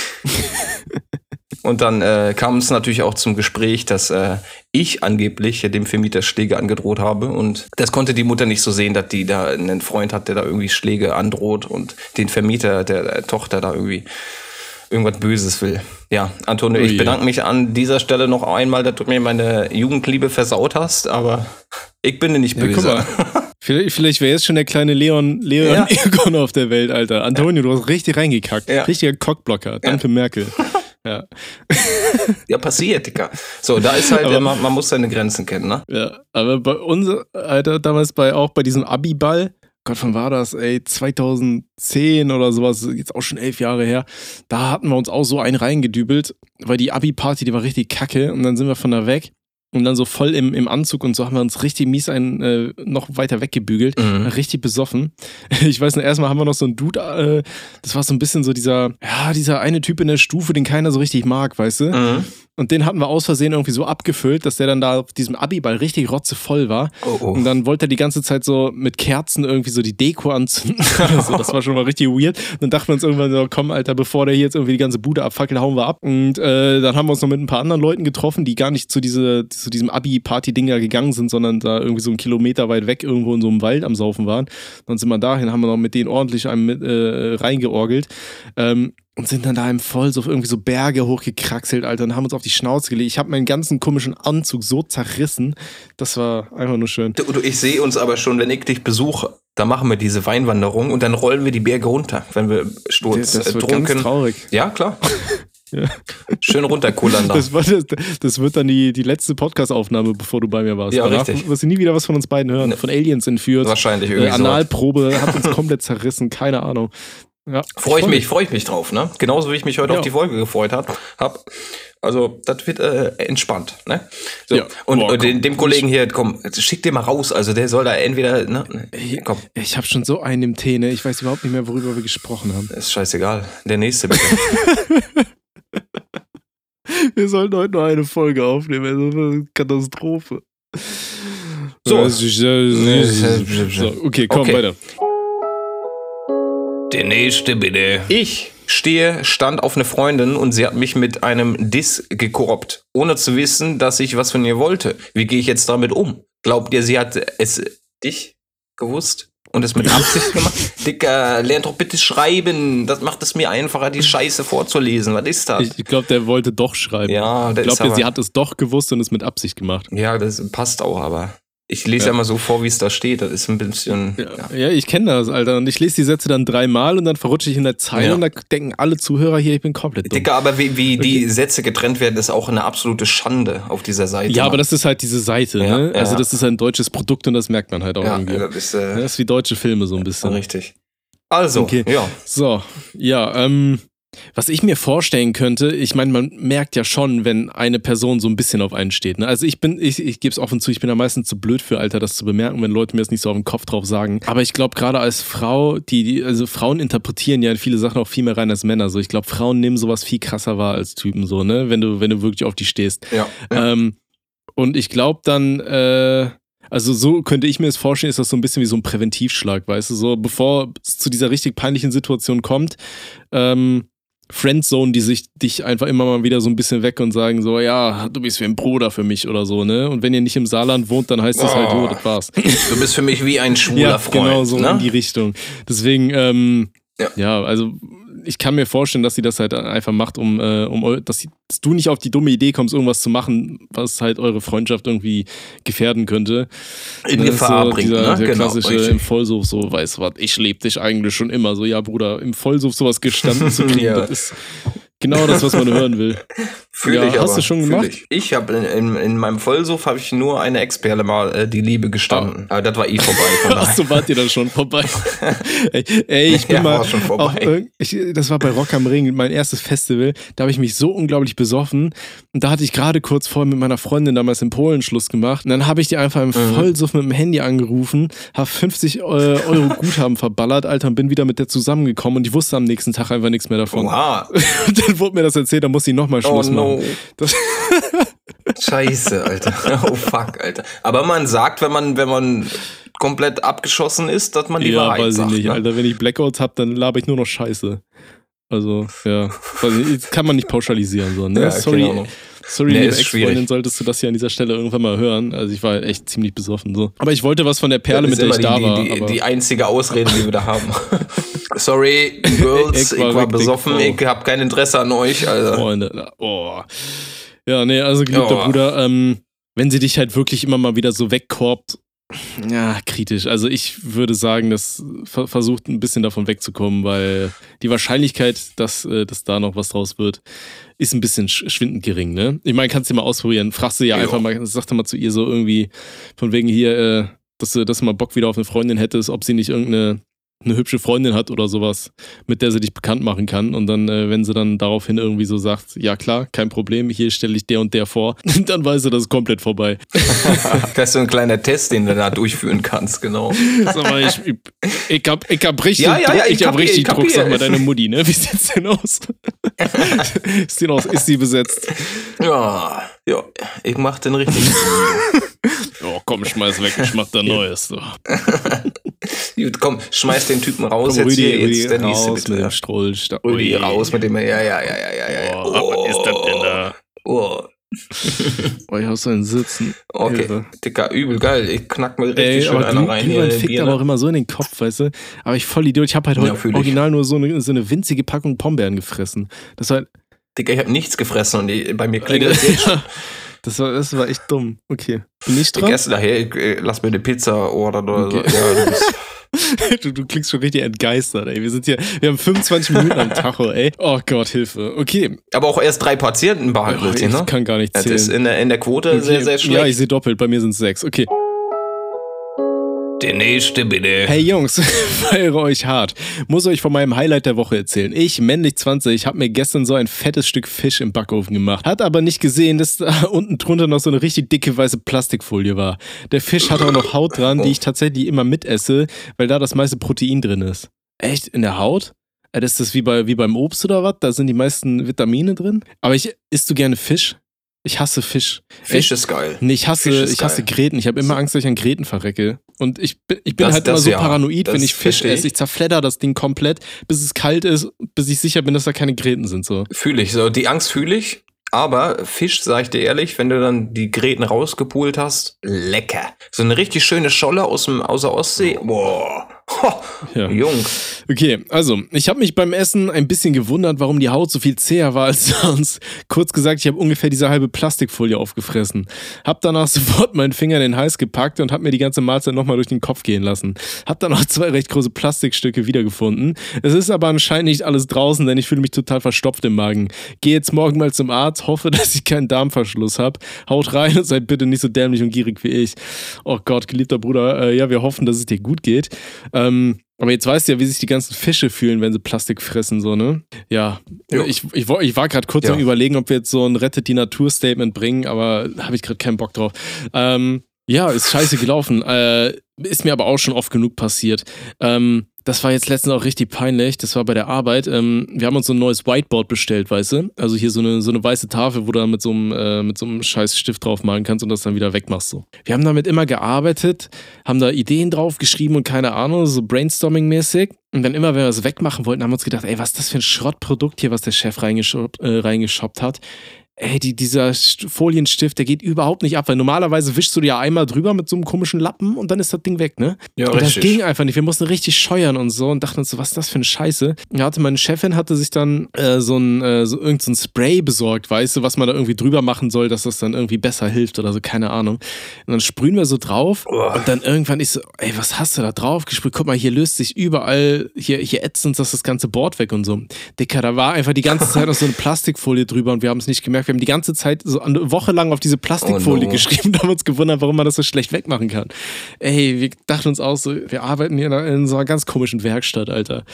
Und dann kam es natürlich auch zum Gespräch, dass ich angeblich dem Vermieter Schläge angedroht habe. Und das konnte die Mutter nicht so sehen, dass die da einen Freund hat, der da irgendwie Schläge androht und den Vermieter der Tochter da irgendwie irgendwas Böses will. Ja, Antonio, ich bedanke mich an dieser Stelle noch einmal, dass du mir meine Jugendliebe versaut hast, aber ich bin dir nicht böse. Ja, guck mal. Vielleicht wäre jetzt schon der kleine Leon Egon auf der Welt, Alter. Antonio, du hast richtig reingekackt. Ja. Richtiger Cockblocker. Danke, Merkel. Ja. Ja, passiert, Digga. So, da ist halt, man muss seine Grenzen kennen, ne? Ja, aber bei uns, Alter, damals auch bei diesem Abi-Ball, Gott, wann war das, 2010 oder sowas, jetzt auch schon 11 Jahre her, da hatten wir uns auch so einen reingedübelt, weil die Abi-Party, die war richtig kacke und dann sind wir von da weg und dann so voll im Anzug und so haben wir uns richtig mies noch weiter weggebügelt, richtig besoffen. Ich weiß nicht, erstmal haben wir noch so einen Dude, das war so ein bisschen so dieser eine Typ in der Stufe, den keiner so richtig mag, weißt du? Und den hatten wir aus Versehen irgendwie so abgefüllt, dass der dann da auf diesem Abi-Ball richtig rotzevoll war. Oh. Und dann wollte er die ganze Zeit so mit Kerzen irgendwie so die Deko anzünden. Also das war schon mal richtig weird. Und dann dachten wir uns irgendwann so, komm, Alter, bevor der hier jetzt irgendwie die ganze Bude abfackelt, hauen wir ab. Und dann haben wir uns noch mit ein paar anderen Leuten getroffen, die gar nicht zu diesem Abi-Party-Ding ja gegangen sind, sondern da irgendwie so einen Kilometer weit weg irgendwo in so einem Wald am Saufen waren. Dann sind wir dahin, haben wir noch mit denen ordentlich reingeorgelt. und sind dann da im Vollsuff irgendwie so Berge hochgekraxelt, Alter, und haben uns auf die Schnauze gelegt. Ich habe meinen ganzen komischen Anzug so zerrissen. Das war einfach nur schön. Du, ich sehe uns aber schon, wenn ich dich besuche, da machen wir diese Weinwanderung und dann rollen wir die Berge runter, wenn wir das wird ganz traurig. Ja, klar. Ja. Schön runterkullern da. Das wird dann die letzte Podcast-Aufnahme, bevor du bei mir warst. Ja, Danach richtig. wirst du nie wieder was von uns beiden hören. Von Aliens entführt. Wahrscheinlich irgendwie Analprobe hat uns komplett zerrissen, keine Ahnung. Ja, Freue ich mich drauf, ne? Genauso wie ich mich heute auf die Folge gefreut habe. Also, das wird entspannt, ne? So. Ja. Und dem Kollegen hier, komm, schick den mal raus. Also, der soll da entweder, ne? Komm. Ich habe schon so einen im Tee, ne? Ich weiß überhaupt nicht mehr, worüber wir gesprochen haben. Ist scheißegal. Der nächste bitte. Wir sollten heute noch eine Folge aufnehmen. Also, Katastrophe. So, okay, komm, weiter. Der nächste bitte. Ich stand auf eine Freundin und sie hat mich mit einem Diss gekorbt, ohne zu wissen, dass ich was von ihr wollte. Wie gehe ich jetzt damit um? Glaubt ihr, sie hat es dich gewusst und es mit Absicht gemacht? Dicker, lernt doch bitte schreiben. Das macht es mir einfacher, die Scheiße vorzulesen. Was ist das? Ich glaube, der wollte doch schreiben. Ja, glaubt ihr, sie hat es doch gewusst und es mit Absicht gemacht? Ja, das passt auch, aber... Ich lese ja mal so vor, wie es da steht. Das ist ein bisschen... Ja, ich kenne das, Alter. Und ich lese die Sätze dann 3-mal und dann verrutsche ich in der Zeile und da denken alle Zuhörer hier, ich bin komplett dumm. Dicker, aber wie die Sätze getrennt werden, ist auch eine absolute Schande auf dieser Seite. Ja, aber das ist halt diese Seite, ne? Ja. Also das ist ein deutsches Produkt und das merkt man halt auch irgendwie. Das ist wie deutsche Filme so ein bisschen. Richtig. Also, okay. Ja. So, ja, was ich mir vorstellen könnte, ich meine, man merkt ja schon, wenn eine Person so ein bisschen auf einen steht. Ne? Also ich gebe es offen zu, ich bin da meistens zu blöd für, Alter, das zu bemerken, wenn Leute mir das nicht so auf den Kopf drauf sagen. Aber ich glaube, gerade als Frau, also Frauen interpretieren ja viele Sachen auch viel mehr rein als Männer. So, ich glaube, Frauen nehmen sowas viel krasser wahr als Typen, so, ne? Wenn du wirklich auf die stehst. Ja. Und ich glaube dann, also so könnte ich mir das vorstellen, ist das so ein bisschen wie so ein Präventivschlag, weißt du, so bevor es zu dieser richtig peinlichen Situation kommt, Friendzone, die dich einfach immer mal wieder so ein bisschen weg und sagen so, ja, du bist wie ein Bruder für mich oder so, ne? Und wenn ihr nicht im Saarland wohnt, dann heißt das halt, jo, das war's. Du bist für mich wie ein schwuler ja, Freund. Genau, so ne? in die Richtung. Deswegen, ja, also ich kann mir vorstellen, dass sie das halt einfach macht, dass du nicht auf die dumme Idee kommst, irgendwas zu machen, was halt eure Freundschaft irgendwie gefährden könnte. In Gefahr bringt, der genau, klassische richtig. Im Vollsuff so, weißt du was, ich lieb dich eigentlich schon immer. So, ja Bruder, im Vollsuff sowas gestanden zu kriegen, das ist genau das, was man hören will. Hast du schon gemacht? Ich habe in meinem Vollsuff habe ich nur eine Ex-Perle mal die Liebe gestanden. Aber das war vorbei. Ach so, wart ihr dann schon vorbei? ey, ich bin mal schon vorbei. Das war bei Rock am Ring, mein erstes Festival. Da habe ich mich so unglaublich besoffen. Und da hatte ich gerade kurz vorher mit meiner Freundin damals in Polen Schluss gemacht. Und dann habe ich die einfach im Vollsuff mit dem Handy angerufen, habe 50 Euro Guthaben verballert, Alter, und bin wieder mit der zusammengekommen. Und ich wusste am nächsten Tag einfach nichts mehr davon. Wow. Und dann wurde mir das erzählt, dann musste ich nochmal Schluss machen. Scheiße, Alter. Oh fuck, Alter. Aber man sagt, wenn man komplett abgeschossen ist, dass man die Wahrheit weiß sagt. Ich nicht, ne? Alter. Wenn ich Blackouts habe, dann laber ich nur noch Scheiße. Also, ja. Das kann man nicht pauschalisieren. So, ne? Ja, Sorry, liebe Ex-Freundin, solltest du das hier an dieser Stelle irgendwann mal hören. Also ich war echt ziemlich besoffen. So. Aber ich wollte was von der Perle, mit der ich da war. Die einzige Ausrede, die wir da haben. Sorry, Girls, ich war besoffen, ich hab kein Interesse an euch. Alter. Freunde, Ja, nee, also geliebter Bruder, wenn sie dich halt wirklich immer mal wieder so wegkorbt, ja, kritisch. Also ich würde sagen, das versucht ein bisschen davon wegzukommen, weil die Wahrscheinlichkeit, dass da noch was draus wird, ist ein bisschen schwindend gering, ne? Ich meine, kannst du mal ausprobieren. Fragst du ja einfach mal, sag doch mal zu ihr so irgendwie von wegen hier, dass du mal Bock wieder auf eine Freundin hättest, ob sie nicht irgendeine hübsche Freundin hat oder sowas, mit der sie dich bekannt machen kann. Und dann, wenn sie dann daraufhin irgendwie so sagt, ja klar, kein Problem, hier stelle ich der und der vor, dann weißt du, das ist komplett vorbei. Das ist so ein kleiner Test, den du da durchführen kannst, genau. Sag mal, ich hab richtig Druck, sag mal, deine Mutti, ne? Wie sieht's denn aus? Ist sie besetzt? Ja, ich mach den richtigen. Oh, komm, schmeiß weg, ich mach da Neues. So. Gut, komm, schmeiß den Typen raus. Komm, jetzt Rüdi, der nächste raus mit dem Strolch. Rüdi, raus mit dem, ja. Was ist das denn da? Oh, Oh, ich hab so einen Sitzen. Okay, Hilfe. Dicker, übel geil. Ich knack mir richtig schön einer rein. Glühwein fickt aber auch immer so in den Kopf, weißt du? Aber ich voll Idiot. Ich habe halt heute original nur so eine winzige Packung Pombeeren gefressen. Das war halt, Dicker, ich habe nichts gefressen und bei mir klingelt es jetzt schon. Das war echt dumm. Okay. Bin ich dran? Ich esse nachher, lass mir eine Pizza ordern oder Okay. so. Ja, du bist Du klingst schon richtig entgeistert, ey. Wir haben 25 Minuten am Tacho, ey. Oh Gott, Hilfe. Okay. aber auch erst 3 Patienten behandelt, Ich ne? kann gar nicht Das zählen. ist in der Quote sehr, sehr schlecht. Ja, ich sehe doppelt. Bei mir sind es 6. Okay. Der nächste bitte. Hey Jungs, feiere euch hart. Muss euch von meinem Highlight der Woche erzählen. Ich, männlich 20, habe mir gestern so ein fettes Stück Fisch im Backofen gemacht. Hat aber nicht gesehen, dass da unten drunter noch so eine richtig dicke weiße Plastikfolie war. Der Fisch hat auch noch Haut dran, die ich tatsächlich immer mitesse, weil da das meiste Protein drin ist. Echt? In der Haut? Das ist wie beim Obst oder was? Da sind die meisten Vitamine drin. Aber isst du gerne Fisch? Ich hasse Fisch. Fisch ist geil. Nee, ich hasse Gräten. Ich habe immer Angst, dass ich an Gräten verrecke. Und ich bin halt immer so paranoid, wenn ich Fisch esse. Ich zerfledder das Ding komplett, bis es kalt ist, bis ich sicher bin, dass da keine Gräten sind. So. Fühle ich. So, die Angst fühle ich. Aber Fisch, sag ich dir ehrlich, wenn du dann die Gräten rausgepult hast, lecker. So eine richtig schöne Scholle aus der Ostsee. Boah. Ho, Ja. Jung. Okay, also, ich habe mich beim Essen ein bisschen gewundert, warum die Haut so viel zäher war als sonst. Kurz gesagt, ich habe ungefähr diese halbe Plastikfolie aufgefressen. Hab danach sofort meinen Finger in den Hals gepackt und hab mir die ganze Mahlzeit nochmal durch den Kopf gehen lassen. Hab dann auch 2 recht große Plastikstücke wiedergefunden. Es ist aber anscheinend nicht alles draußen, denn ich fühle mich total verstopft im Magen. Gehe jetzt morgen mal zum Arzt, hoffe, dass ich keinen Darmverschluss habe. Haut rein und seid bitte nicht so dämlich und gierig wie ich. Oh Gott, geliebter Bruder, ja, wir hoffen, dass es dir gut geht. Aber jetzt weißt du ja, wie sich die ganzen Fische fühlen, wenn sie Plastik fressen, so, ne? Ja, ich war gerade kurz am Überlegen, ob wir jetzt so ein Rettet die Natur-Statement bringen, aber da habe ich gerade keinen Bock drauf. Ja, ist scheiße gelaufen. Ist mir aber auch schon oft genug passiert. Das war jetzt letztens auch richtig peinlich. Das war bei der Arbeit. Wir haben uns so ein neues Whiteboard bestellt, weißt du? Also hier so eine weiße Tafel, wo du dann mit so einem scheiß Stift drauf malen kannst und das dann wieder wegmachst. So. Wir haben damit immer gearbeitet, haben da Ideen drauf geschrieben und keine Ahnung, so Brainstorming-mäßig. Und dann immer, wenn wir es wegmachen wollten, haben wir uns gedacht, ey, was ist das für ein Schrottprodukt hier, was der Chef reingeshoppt hat. Ey, dieser Folienstift, der geht überhaupt nicht ab, weil normalerweise wischst du dir ja einmal drüber mit so einem komischen Lappen und dann ist das Ding weg, ne? Ja, und richtig. das ging einfach nicht. Wir mussten richtig scheuern und so und dachten uns so, was ist das für eine Scheiße? Meine Chefin hatte sich dann so irgendein Spray besorgt, weißt du, was man da irgendwie drüber machen soll, dass das dann irgendwie besser hilft oder so, keine Ahnung. Und dann sprühen wir so drauf und dann irgendwann ich so, ey, was hast du da drauf gesprüht? Guck mal, hier löst sich überall, hier ätzt uns das ganze Board weg und so. Dicker, da war einfach die ganze Zeit noch so eine Plastikfolie drüber und wir haben es nicht gemerkt. Wir haben die ganze Zeit so eine Woche lang auf diese Plastikfolie geschrieben und haben uns gewundert, warum man das so schlecht wegmachen kann. Ey, wir dachten uns auch so, wir arbeiten hier in so einer ganz komischen Werkstatt, Alter.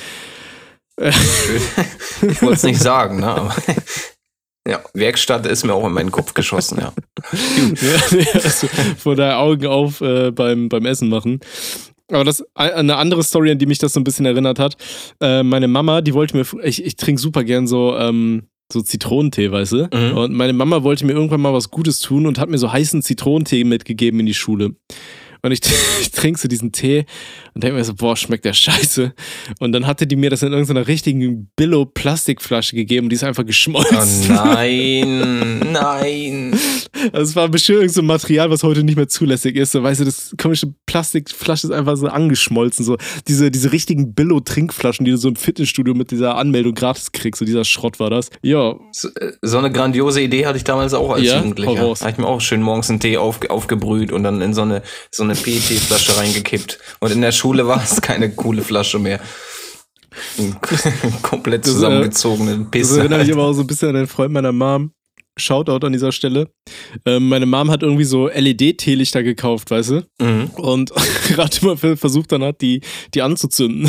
Ich wollte es nicht sagen, ne? Aber ja, Werkstatt ist mir auch in meinen Kopf geschossen, ja. Also vor der Augen auf beim Essen machen. Aber das eine andere Story, an die mich das so ein bisschen erinnert hat. Meine Mama, die wollte mir, ich trinke super gern so Zitronentee, weißt du? Mhm. Und meine Mama wollte mir irgendwann mal was Gutes tun und hat mir so heißen Zitronentee mitgegeben in die Schule. Und ich trinke so diesen Tee und denke mir so, boah, schmeckt der scheiße. Und dann hatte die mir das in irgendeiner richtigen Billo-Plastikflasche gegeben und die ist einfach geschmolzen. Oh nein. Also es war bestimmt irgend so ein Material, was heute nicht mehr zulässig ist. So, weißt du, das komische Plastikflasche ist einfach so angeschmolzen. So diese richtigen Billo-Trinkflaschen, die du so im Fitnessstudio mit dieser Anmeldung gratis kriegst. So dieser Schrott war das. Ja. So eine grandiose Idee hatte ich damals auch als Jugendlicher. Da habe ich mir auch schön morgens einen Tee aufgebrüht und dann in so eine PET-Flasche reingekippt. Und in der Schule war es keine coole Flasche mehr. Komplett zusammengezogene Pisse. Das erinnert mich aber auch so ein bisschen an den Freund meiner Mom. Shoutout an dieser Stelle. Meine Mom hat irgendwie so LED-Teelichter gekauft, weißt du? Mhm. Und gerade immer versucht dann hat, die anzuzünden.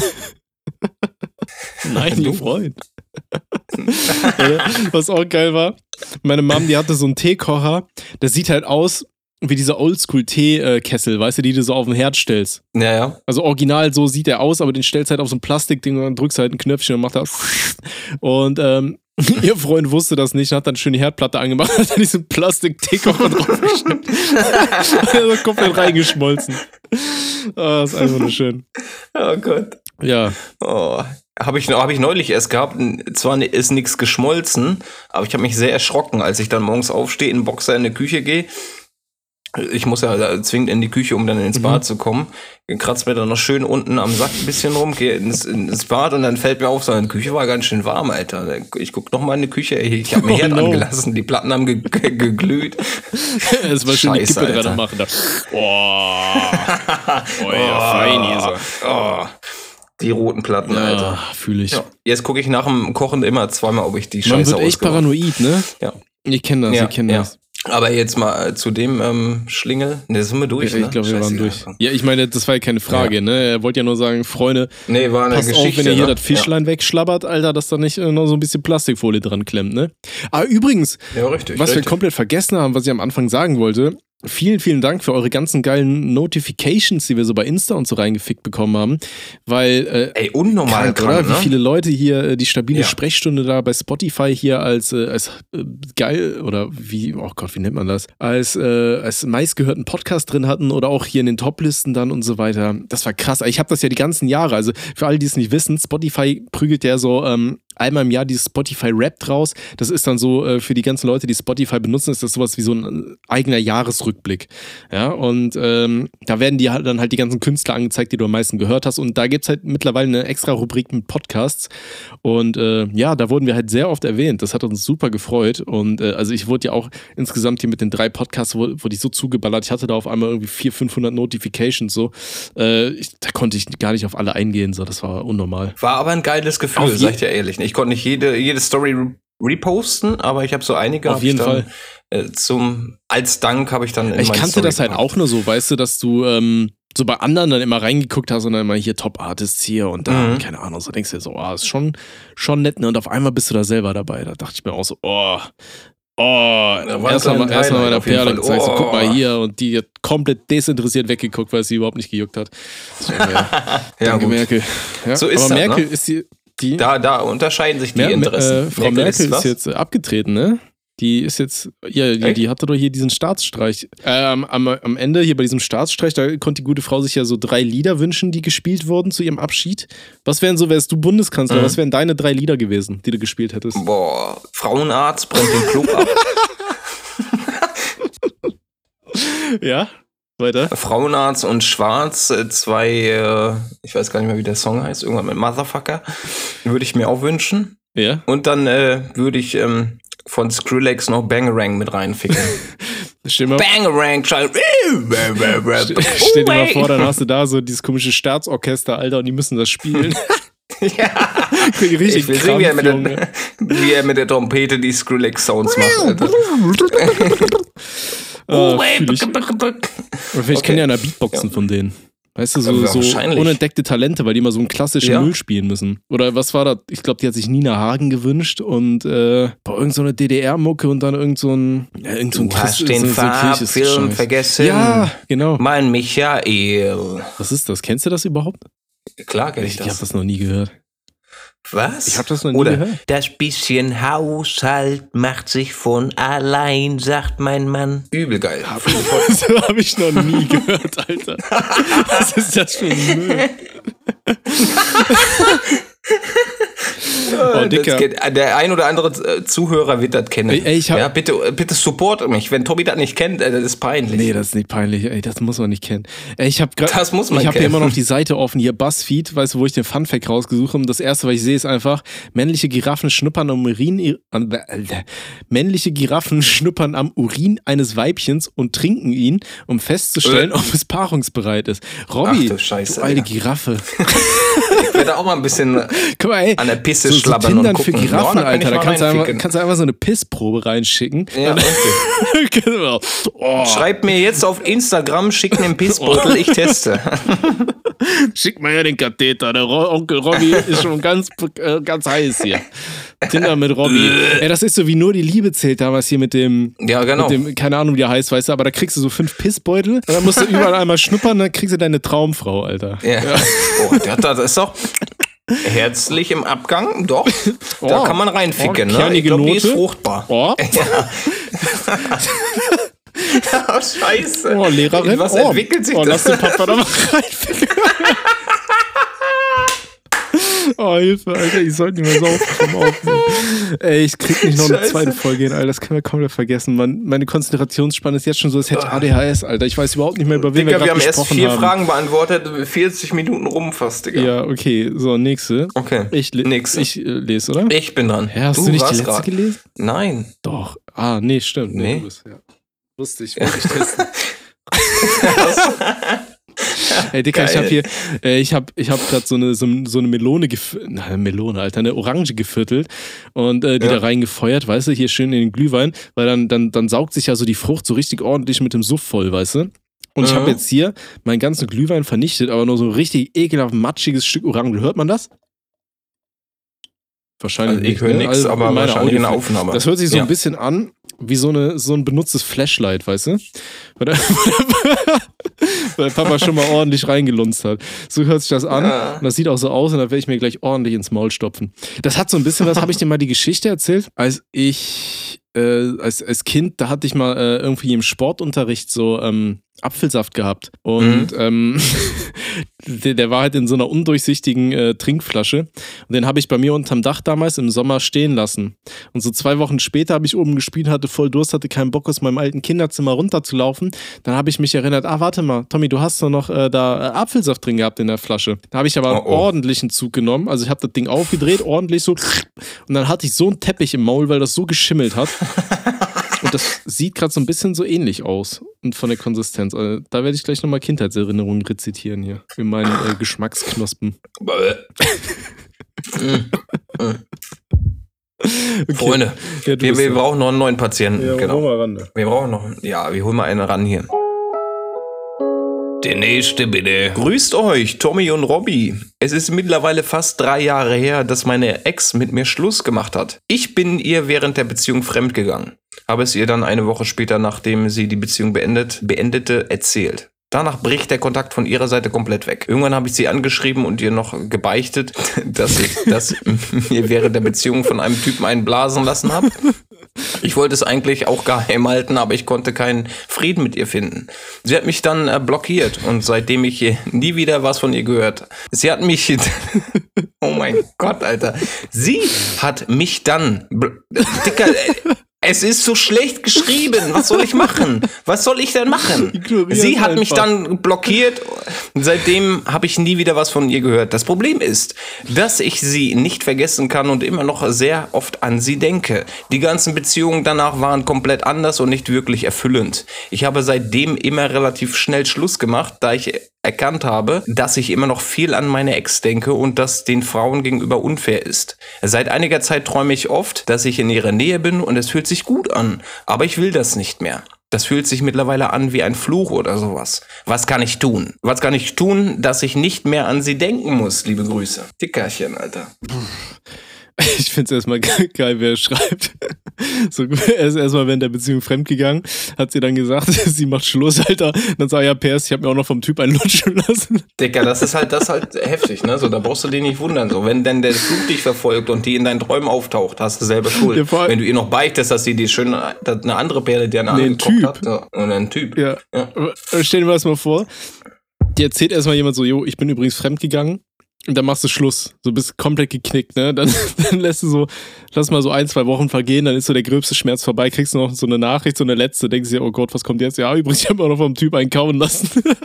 Nein, ihr Freund. Was auch geil war, meine Mom, die hatte so einen Teekocher, der sieht halt aus wie dieser Oldschool-Teekessel, weißt du, die du so auf den Herd stellst. Ja. Also original so sieht der aus, aber den stellst halt auf so ein Plastikding und dann drückst halt ein Knöpfchen und macht das. Und ihr Freund wusste das nicht und hat dann schön die Herdplatte angemacht und hat dann diesen Plastik-Teekocher draufgestellt. Und komplett reingeschmolzen. Oh, das ist einfach nur schön. Oh Gott. Ja. Oh. Habe ich neulich erst gehabt. Zwar ist nichts geschmolzen, aber ich habe mich sehr erschrocken, als ich dann morgens aufstehe, in den Boxer in die Küche gehe. Ich muss ja zwingend in die Küche, um dann ins Bad zu kommen. Kratzt mir dann noch schön unten am Sack ein bisschen rum, gehe ins Bad und dann fällt mir auf, so, die Küche war ganz schön warm, Alter. Ich guck noch mal in die Küche, ich habe mir Herd angelassen, die Platten haben geglüht. Es war schön die Kippe dran machen. Fein hier so. Die roten Platten, ja, Alter. Fühle ich. Ja. Jetzt gucke ich nach dem Kochen immer zweimal, ob ich die Scheiße ausgemacht. Man wird echt paranoid, ne? Ja. Ich kenne das, Aber jetzt mal zu dem Schlingel. Ne, sind wir durch, ne? Ich glaube, wir waren durch. Ja, ich meine, das war ja keine Frage, ne? Er wollte ja nur sagen, Freunde, war eine passt Geschichte, auf, wenn ihr hier das Fischlein wegschlabbert, Alter, dass da nicht noch so ein bisschen Plastikfolie dran klemmt, ne? Aber übrigens, wir komplett vergessen haben, was ich am Anfang sagen wollte, vielen, vielen Dank für eure ganzen geilen Notifications, die wir so bei Insta und so reingefickt bekommen haben, weil unnormal krank, oder? Ne? Wie viele Leute hier die stabile Sprechstunde da bei Spotify hier als geil oder wie, oh Gott, wie nennt man das? Als meistgehörten Podcast drin hatten oder auch hier in den Toplisten dann und so weiter. Das war krass. Ich habe das ja die ganzen Jahre, also für alle, die es nicht wissen, Spotify prügelt ja so einmal im Jahr dieses Spotify-Rap raus. Das ist dann so, für die ganzen Leute, die Spotify benutzen, ist das sowas wie so ein eigener Jahresrückblick. Ja, und da werden dir dann halt die ganzen Künstler angezeigt, die du am meisten gehört hast. Und da gibt es halt mittlerweile eine extra Rubrik mit Podcasts. Und da wurden wir halt sehr oft erwähnt. Das hat uns super gefreut. Und also ich wurde ja auch insgesamt hier mit den 3 Podcasts, wurde ich so zugeballert. Ich hatte da auf einmal irgendwie 400-500 Notifications so. Da konnte ich gar nicht auf alle eingehen. So, das war unnormal. War aber ein geiles Gefühl, sag ich dir ehrlich. Ich konnte nicht jede Story reposten, aber ich habe so einige. Auf jeden Fall. Als Dank habe ich dann. Ich kannte Story das halt auch nur so, weißt du, dass du so bei anderen dann immer reingeguckt hast und dann immer hier Top-Artists hier und da, keine Ahnung, so denkst du dir so, ist schon nett, ne? Und auf einmal bist du da selber dabei. Da dachte ich mir auch so, erstmal meiner Perle gezeigt, so, guck mal hier, und die hat komplett desinteressiert weggeguckt, weil sie überhaupt nicht gejuckt hat. So, danke, Merkel. Ja, so ist aber das, Merkel ne? ist die Da unterscheiden sich die Interessen. Frau Merkel ist jetzt abgetreten, ne? Die ist jetzt, die hatte doch hier diesen Staatsstreich. Am Ende hier bei diesem Staatsstreich, da konnte die gute Frau sich ja so 3 Lieder wünschen, die gespielt wurden zu ihrem Abschied. Was wären so, wärst du Bundeskanzler, was wären deine 3 Lieder gewesen, die du gespielt hättest? Boah, Frauenarzt brennt den Club ab. Ja, weiter. Frauenarzt und Schwarz, 2, ich weiß gar nicht mehr, wie der Song heißt, irgendwann mit Motherfucker, würde ich mir auch wünschen. Ja. Und dann würde ich von Skrillex noch Bangarang mit reinficken. Bangarang, Child. Stell dir mal vor, dann hast du da so dieses komische Staatsorchester, Alter, und die müssen das spielen. Ja. Ich will sehen, wie er mit der Trompete die Skrillex-Sounds macht, Alter. Ich kenne ja eine Beatboxen von denen. Weißt du, so unentdeckte Talente, weil die immer so einen klassischen Müll spielen müssen. Oder was war das? Ich glaube, die hat sich Nina Hagen gewünscht und irgend so eine DDR-Mucke und dann irgend so ein Du hast den Farbfilm vergessen. Ja, genau. Mein Michael. Was ist das? Kennst du das überhaupt? Klar kenn ich das. Ich habe das noch nie gehört. Was? Ich habe das noch nie gehört. Das bisschen Haushalt macht sich von allein, sagt mein Mann. Übel geil. Das habe ich noch nie gehört, Alter. Was ist das für ein Müll? Der ein oder andere Zuhörer wird das kennen. Bitte support mich. Wenn Tobi das nicht kennt, das ist peinlich. Nee, das ist nicht peinlich. Ey, das muss man nicht kennen. Ich habe hier immer noch die Seite offen, hier BuzzFeed, weißt du, wo ich den Funfact rausgesucht habe. Und das erste, was ich sehe, ist einfach, männliche Giraffen schnuppern am Urin eines Weibchens und trinken ihn, um festzustellen, ob es paarungsbereit ist. Robby, du Scheiße, du alte Giraffe. Ich werde auch mal ein bisschen Guck mal, ey, an der Pisse so schlabbern und gucken. Für Giraffen, Alter, da kannst du einfach so eine Pissprobe reinschicken. Ja, okay. Genau. Schreib mir jetzt auf Instagram, schick mir einen Pissbeutel, ich teste. Schick mal her den Katheter, der Onkel Robby ist schon ganz heiß hier. Tinder mit Robby. Ey, das ist so wie nur die Liebe zählt damals hier mit dem, genau. Mit dem, keine Ahnung wie der heißt, weißt du, aber da kriegst du so 5 Pissbeutel und dann musst du überall einmal schnuppern, dann kriegst du deine Traumfrau, Alter. Ja. Oh, das ist doch herzlich im Abgang, doch. Da kann man reinficken, ne? Ich glaube, die ist fruchtbar. Ja. Oh, scheiße. Oh, Lehrerin. Was entwickelt sich das? Lass den Papa da mal reinficken. Oh, Hilfe, Alter, ich sollte nicht mehr saufen vom Aufnehmen. Ey, ich krieg nicht noch eine zweite Folge hin, Alter, das können wir komplett vergessen. Meine Konzentrationsspanne ist jetzt schon so, als hätte ADHS, Alter. Ich weiß überhaupt nicht mehr, über wen wir gerade gesprochen haben. Wir haben erst 4 Fragen beantwortet, 40 Minuten rum fast, Digga. Ja, okay, so, nächste. Okay, nächste. Ich lese, oder? Ich bin dran. Hä, hast du nicht die letzte gelesen? Nein. Doch. Nee, stimmt. Nee. Du bist, ja. Wusste ich, wollte ich testen. Ey, Dicker, ich hab gerade so eine Melone, Alter, eine Orange geviertelt und die da reingefeuert, weißt du, hier schön in den Glühwein, weil dann saugt sich ja so die Frucht so richtig ordentlich mit dem Suff voll, weißt du? Und ich habe jetzt hier meinen ganzen Glühwein vernichtet, aber nur so ein richtig ekelhaft matschiges Stück Orange. Hört man das? Wahrscheinlich also ich höre nichts, aber wahrscheinlich eine Aufnahme. Das hört sich so ein bisschen an wie so ein benutztes Flashlight, weißt du? Weil Papa schon mal ordentlich reingelunzt hat. So hört sich das an. Ja. Und das sieht auch so aus und da werde ich mir gleich ordentlich ins Maul stopfen. Das hat so ein bisschen was, habe ich dir mal die Geschichte erzählt? Als Kind, da hatte ich mal irgendwie im Sportunterricht so Apfelsaft gehabt. Und der war halt in so einer undurchsichtigen Trinkflasche. Und den habe ich bei mir unterm Dach damals im Sommer stehen lassen. Und so 2 Wochen später habe ich oben gespielt, hatte voll Durst, hatte keinen Bock, aus meinem alten Kinderzimmer runterzulaufen. Dann habe ich mich erinnert, warte mal, Tommy, du hast doch noch da Apfelsaft drin gehabt in der Flasche. Da habe ich aber einen ordentlichen Zug genommen. Also ich habe das Ding aufgedreht, ordentlich so. Und dann hatte ich so einen Teppich im Maul, weil das so geschimmelt hat. Und das sieht gerade so ein bisschen so ähnlich aus. Und von der Konsistenz. Also, da werde ich gleich nochmal Kindheitserinnerungen rezitieren hier. In meinen Geschmacksknospen. Okay. Freunde, wir brauchen noch einen neuen Patienten. Ja, genau. Wir holen mal einen ran hier. Der nächste bitte. Grüßt euch, Tommy und Robby. Es ist mittlerweile fast 3 Jahre her, dass meine Ex mit mir Schluss gemacht hat. Ich bin ihr während der Beziehung fremdgegangen. Habe es ihr dann eine Woche später, nachdem sie die Beziehung beendete, erzählt. Danach bricht der Kontakt von ihrer Seite komplett weg. Irgendwann habe ich sie angeschrieben und ihr noch gebeichtet, dass ich mir während der Beziehung von einem Typen einen blasen lassen habe. Ich wollte es eigentlich auch geheim halten, aber ich konnte keinen Frieden mit ihr finden. Sie hat mich dann blockiert und seitdem ich nie wieder was von ihr gehört. Sie hat mich... Oh mein Gott, Alter. Sie hat mich dann... Dicker... Es ist so schlecht geschrieben. Was soll ich machen? Was soll ich denn machen? Sie hat mich dann blockiert. Seitdem habe ich nie wieder was von ihr gehört. Das Problem ist, dass ich sie nicht vergessen kann und immer noch sehr oft an sie denke. Die ganzen Beziehungen danach waren komplett anders und nicht wirklich erfüllend. Ich habe seitdem immer relativ schnell Schluss gemacht, da ich erkannt habe, dass ich immer noch viel an meine Ex denke und das den Frauen gegenüber unfair ist. Seit einiger Zeit träume ich oft, dass ich in ihrer Nähe bin und es fühlt sich gut an, aber ich will das nicht mehr. Das fühlt sich mittlerweile an wie ein Fluch oder sowas. Was kann ich tun? Was kann ich tun, dass ich nicht mehr an sie denken muss? Liebe Grüße. Dickerchen, Alter. Ich finde es erstmal geil, wer schreibt. So, er ist erstmal während der Beziehung fremdgegangen, hat sie dann gesagt, sie macht Schluss, Alter. Dann sagt er, PS, ich habe mir auch noch vom Typ einen lutschen lassen. Dicker, das ist halt heftig, ne? So, da brauchst du dich nicht wundern. So, wenn denn der Flug dich verfolgt und die in deinen Träumen auftaucht, hast du selber Schuld. Wenn du ihr noch beichtest, dass sie die schön eine andere Perle, die angeguckt hat. Ja, und ein Typ. Ja. Stell dir das mal vor. Die erzählt erstmal jemand so, ich bin übrigens fremdgegangen. Und dann machst du Schluss. So bist komplett geknickt, ne? Dann lass mal so 1-2 Wochen vergehen, dann ist so der gröbste Schmerz vorbei, kriegst du noch so eine Nachricht, so eine letzte, denkst dir, oh Gott, was kommt jetzt? Ja, übrigens, ich habe auch noch vom Typ einen kauen lassen.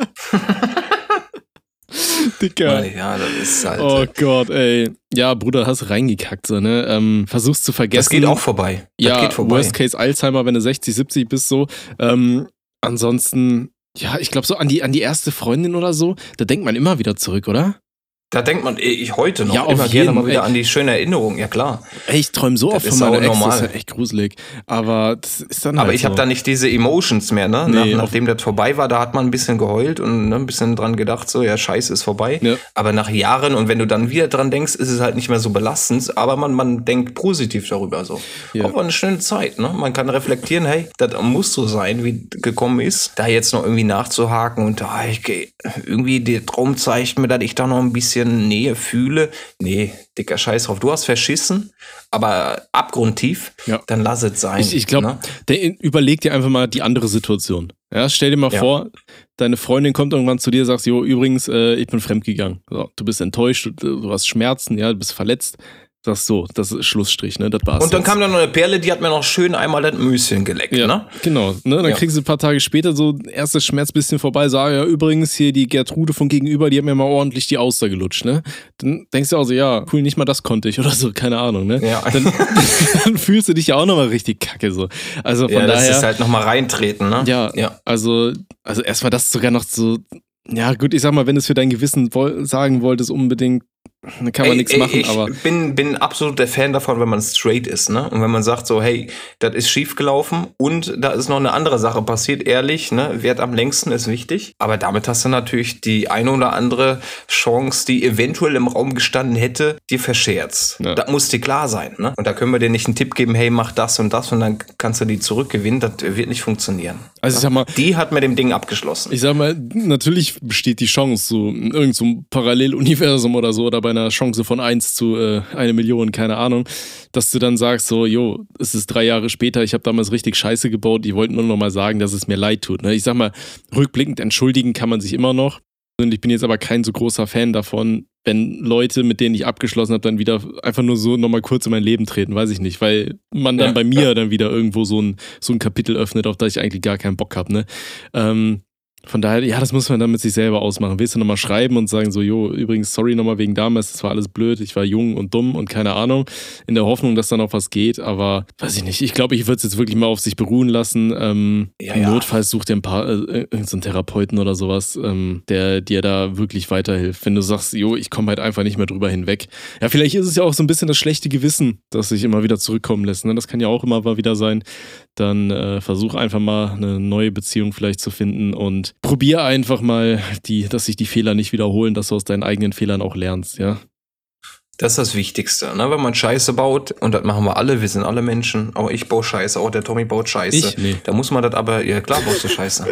Dicker. Ja, das ist halt. Oh Gott, ey. Ja, Bruder, hast reingekackt, so, ne? Versuchst zu vergessen. Das geht auch vorbei. Das geht vorbei. Worst Case Alzheimer, wenn du 60, 70 bist, so. Ansonsten, ja, ich glaube so an die erste Freundin oder so, da denkt man immer wieder zurück, oder? Da denkt man, ich heute noch immer gerne mal wieder an die schöne Erinnerung, ja klar. Ey, ich träume so oft von meiner Ex, das ist ja echt gruselig. Aber das ist dann Aber ich habe da nicht diese Emotions mehr, ne? Nee, nachdem das vorbei war, da hat man ein bisschen geheult und ein bisschen dran gedacht, so, ja, scheiße, ist vorbei. Ja. Aber nach Jahren und wenn du dann wieder dran denkst, ist es halt nicht mehr so belastend, aber man denkt positiv darüber, so. Ja. Auch eine schöne Zeit, ne? Man kann reflektieren, hey, das muss so sein, wie gekommen ist. Da jetzt noch irgendwie nachzuhaken und irgendwie der Traum zeigt mir, dass ich da noch ein bisschen bisschen Nähe fühle, nee, dicker Scheiß drauf. Du hast verschissen, aber abgrundtief, dann lass es sein. Ich glaube, überleg dir einfach mal die andere Situation. Ja, stell dir mal vor, deine Freundin kommt irgendwann zu dir und sagt, jo, übrigens, ich bin fremdgegangen. So, du bist enttäuscht, du hast Schmerzen, ja, du bist verletzt. Das ist Schlussstrich, ne? Das war's. Und dann kam da noch eine Perle, die hat mir noch schön einmal das Müschen geleckt, ne? Genau. Ne? Dann kriegst du ein paar Tage später so erstes Schmerz bisschen vorbei, sag ja, übrigens hier die Gertrude von gegenüber, die hat mir mal ordentlich die Auster gelutscht, ne? Dann denkst du auch so, ja, cool, nicht mal das konnte ich oder so, keine Ahnung, ne? Ja. Dann fühlst du dich ja auch nochmal richtig kacke, so. Also von daher. Das ist halt nochmal reintreten, ne? Ja. Also erstmal das sogar noch so, ja gut, ich sag mal, wenn du es für dein Gewissen sagen wolltest, unbedingt, dann kann man nichts machen, aber. Ich bin absolut der Fan davon, wenn man straight ist, ne? Und wenn man sagt so, hey, das ist schief gelaufen und da ist noch eine andere Sache passiert, ehrlich, ne? Wert am längsten ist wichtig. Aber damit hast du natürlich die eine oder andere Chance, die eventuell im Raum gestanden hätte, dir verscherzt. Ja. Das muss dir klar sein, ne? Und da können wir dir nicht einen Tipp geben, hey, mach das und dann kannst du die zurückgewinnen. Das wird nicht funktionieren. Also ich sag mal, die hat mit dem Ding abgeschlossen. Ich sag mal, natürlich besteht die Chance, so in irgendeinem so Paralleluniversum oder so, oder bei einer Chance von 1 zu 1 Million, keine Ahnung, dass du dann sagst so, jo, es ist 3 Jahre später, ich habe damals richtig Scheiße gebaut, die wollten nur noch mal sagen, dass es mir leid tut. Ne? Ich sag mal, rückblickend entschuldigen kann man sich immer noch. Und ich bin jetzt aber kein so großer Fan davon, wenn Leute, mit denen ich abgeschlossen habe, dann wieder einfach nur so nochmal kurz in mein Leben treten, weiß ich nicht, weil man dann bei mir dann wieder irgendwo so ein Kapitel öffnet, auf das ich eigentlich gar keinen Bock habe, ne? Von daher, ja, das muss man dann mit sich selber ausmachen. Willst du nochmal schreiben und sagen so, jo, übrigens, sorry nochmal wegen damals, das war alles blöd, ich war jung und dumm und keine Ahnung, in der Hoffnung, dass dann auch was geht, aber weiß ich nicht, ich glaube, ich würde es jetzt wirklich mal auf sich beruhen lassen. Notfalls such dir irgendeinen Therapeuten oder sowas, der dir da wirklich weiterhilft. Wenn du sagst, jo, ich komme halt einfach nicht mehr drüber hinweg. Ja, vielleicht ist es ja auch so ein bisschen das schlechte Gewissen, das sich immer wieder zurückkommen lässt, ne? Das kann ja auch immer mal wieder sein. Dann versuch einfach mal eine neue Beziehung vielleicht zu finden und probier einfach mal, dass sich die Fehler nicht wiederholen, dass du aus deinen eigenen Fehlern auch lernst, ja. Das ist das Wichtigste, ne? Wenn man Scheiße baut, und das machen wir alle, wir sind alle Menschen, aber ich baue Scheiße, auch der Tommy baut Scheiße. Nee. Da muss man das aber, ja klar baust du Scheiße.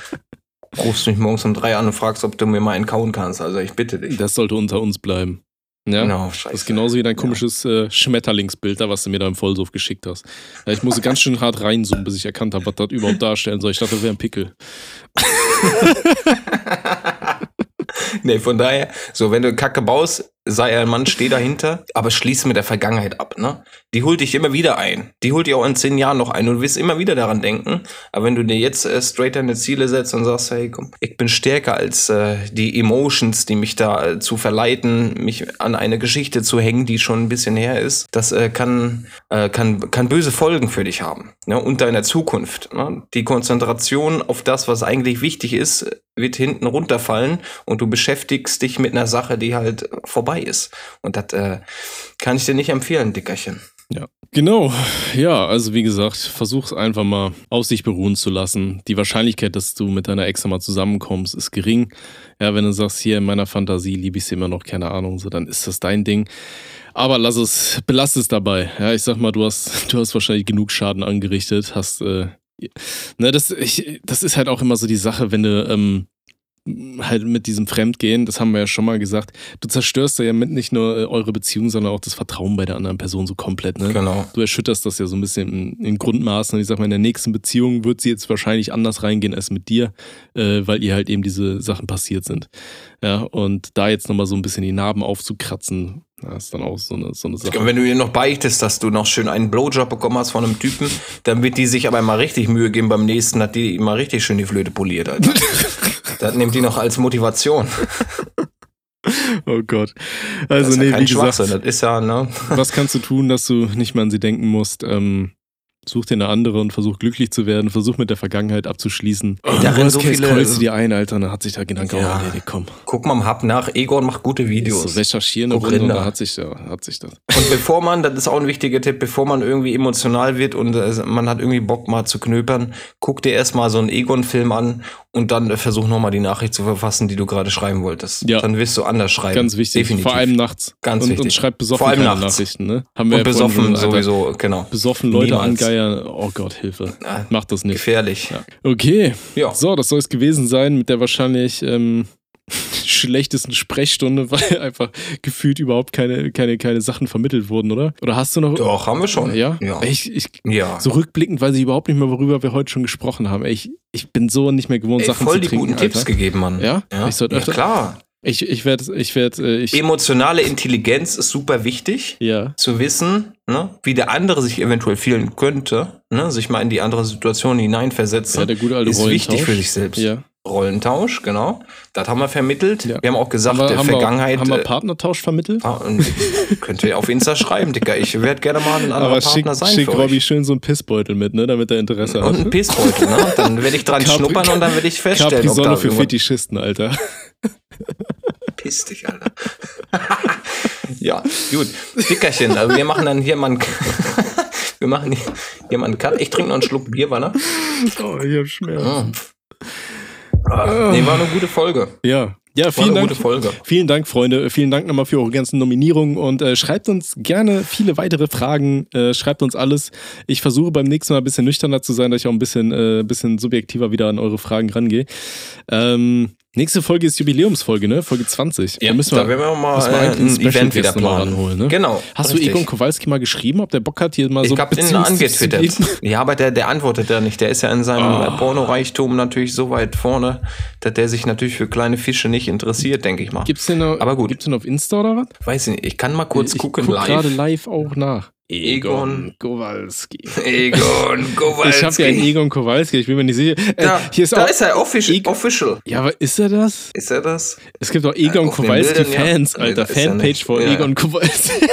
Rufst mich morgens um 3 an und fragst, ob du mir mal einen kauen kannst, also ich bitte dich. Das sollte unter uns bleiben. Ja, genau, scheiße. Das ist genauso wie dein komisches Schmetterlingsbild da, was du mir da im Vollsuff geschickt hast. Ja, ich musste ganz schön hart reinzoomen, bis ich erkannt habe, was das überhaupt darstellen soll. Ich dachte, das wäre ein Pickel. Nee, von daher, so, wenn du Kacke baust, sei ein Mann, steh dahinter, aber schließ mit der Vergangenheit ab, ne? Die holt dich immer wieder ein. Die holt dich auch in 10 Jahren noch ein und du wirst immer wieder daran denken. Aber wenn du dir jetzt straight deine Ziele setzt und sagst, hey, komm, ich bin stärker als die Emotions, die mich da zu verleiten, mich an eine Geschichte zu hängen, die schon ein bisschen her ist, das kann böse Folgen für dich haben, ne? Und deiner Zukunft, ne? Die Konzentration auf das, was eigentlich wichtig ist, wird hinten runterfallen und du beschäftigst dich mit einer Sache, die halt vorbei ist. Und das kann ich dir nicht empfehlen, Dickerchen. Ja, genau. Ja, also wie gesagt, versuch's einfach mal auf sich beruhen zu lassen. Die Wahrscheinlichkeit, dass du mit deiner Ex mal zusammenkommst, ist gering. Ja, wenn du sagst, hier in meiner Fantasie liebe ich sie immer noch, keine Ahnung, so, dann ist das dein Ding. Aber belass es dabei. Ja, ich sag mal, du hast wahrscheinlich genug Schaden angerichtet, das ist halt auch immer so die Sache, wenn du halt mit diesem Fremdgehen, das haben wir ja schon mal gesagt, du zerstörst ja mit nicht nur eure Beziehung, sondern auch das Vertrauen bei der anderen Person so komplett, ne? Genau. Du erschütterst das ja so ein bisschen in Grundmaßen. Ich sag mal, in der nächsten Beziehung wird sie jetzt wahrscheinlich anders reingehen als mit dir, weil ihr halt eben diese Sachen passiert sind. Ja, und da jetzt nochmal so ein bisschen die Narben aufzukratzen, das ist dann auch so eine Sache. Wenn du ihr noch beichtest, dass du noch schön einen Blowjob bekommen hast von einem Typen, dann wird die sich aber mal richtig Mühe geben beim nächsten, hat die mal richtig schön die Flöte poliert, Alter. Das nimmt die noch als Motivation. Oh Gott. Also das ist nee, kein wie gesagt, Schwachsinn, das ist ja, ne? Was kannst du tun, dass du nicht mehr an sie denken musst? Such dir eine andere und versuch glücklich zu werden. Versuch mit der Vergangenheit abzuschließen. Darin so viele kreuzt dir ein, Alter, dann hat sich der Gedanke auch erledigt. Komm. Guck mal im Hub nach. Egon macht gute Videos. So recherchieren eine Runde und da hat sich das. Und bevor man, das ist auch ein wichtiger Tipp, bevor man irgendwie emotional wird und man hat irgendwie Bock mal zu knöpern, guck dir erstmal so einen Egon-Film an und dann versuch nochmal die Nachricht zu verfassen, die du gerade schreiben wolltest. Ja. Dann wirst du anders schreiben. Ganz wichtig. Definitiv. Vor allem nachts. Ganz wichtig. Und schreib besoffen keine Nachrichten, ne? Haben wir und ja besoffen sowieso, genau. Besoffen Leute angeiern. Oh Gott, Hilfe. Mach das nicht. Gefährlich. Ja. Okay. Ja. So, das soll es gewesen sein mit der wahrscheinlich schlechtesten Sprechstunde, weil einfach gefühlt überhaupt keine Sachen vermittelt wurden, oder? Oder hast du noch... Doch, haben wir schon. Ja? Ja. So rückblickend weiß ich überhaupt nicht mehr, worüber wir heute schon gesprochen haben. Ich bin so nicht mehr gewohnt, Sachen zu trinken. Voll die guten Tipps gegeben, Mann. Ja? Ich sollte öfter... klar. Emotionale Intelligenz ist super wichtig, zu wissen, ne, wie der andere sich eventuell fühlen könnte, ne, sich mal in die andere Situation hineinversetzen. Ja, der gute alte ist wichtig für sich selbst. Ja. Rollentausch, genau. Das haben wir vermittelt. Ja. Wir haben auch gesagt, Vergangenheit... Haben wir Partnertausch vermittelt? Könnt ihr auf Insta schreiben, Dicker. Ich werde gerne mal ein anderer Partner sein schick Robby schön so einen Pissbeutel mit, ne, damit er Interesse hat. Und einen Pissbeutel, ne? Dann werde ich dran schnuppern und dann werde ich feststellen, Capri-Sonne für Fetischisten, Alter. Piss dich, Alter. Ja, gut. Dickerchen, also wir machen dann hier mal einen Cut. Ich trinke noch einen Schluck Bier, warte. Oh, ich hab Schmerzen. Nee, war eine gute Folge. Ja, vielen Dank. Vielen Dank, Freunde. Vielen Dank nochmal für eure ganzen Nominierungen und schreibt uns gerne viele weitere Fragen. Schreibt uns alles. Ich versuche beim nächsten Mal ein bisschen nüchterner zu sein, dass ich auch ein bisschen subjektiver wieder an eure Fragen rangehe. Nächste Folge ist Jubiläumsfolge, ne? Folge 20. Ja, da werden wir mal ein Event wieder planen. Ranholen, ne? Genau. Hast du Egon Kowalski mal geschrieben, ob der Bock hat, hier mal so... Ich hab den angetwittert. Ja, aber der antwortet ja nicht. Der ist ja in seinem Pornoreichtum natürlich so weit vorne, dass der sich natürlich für kleine Fische nicht interessiert, denke ich mal. Gibt's den auf Insta oder was? Weiß ich nicht. Ich kann mal kurz gucken live. Ich guck gerade live auch nach. Egon Kowalski. Ich habe ja einen Egon Kowalski, ich bin mir nicht sicher. Hier ist er official. Ja, aber ist er das? Es gibt auch Egon Kowalski Fans, Alter. Fanpage von Egon Kowalski.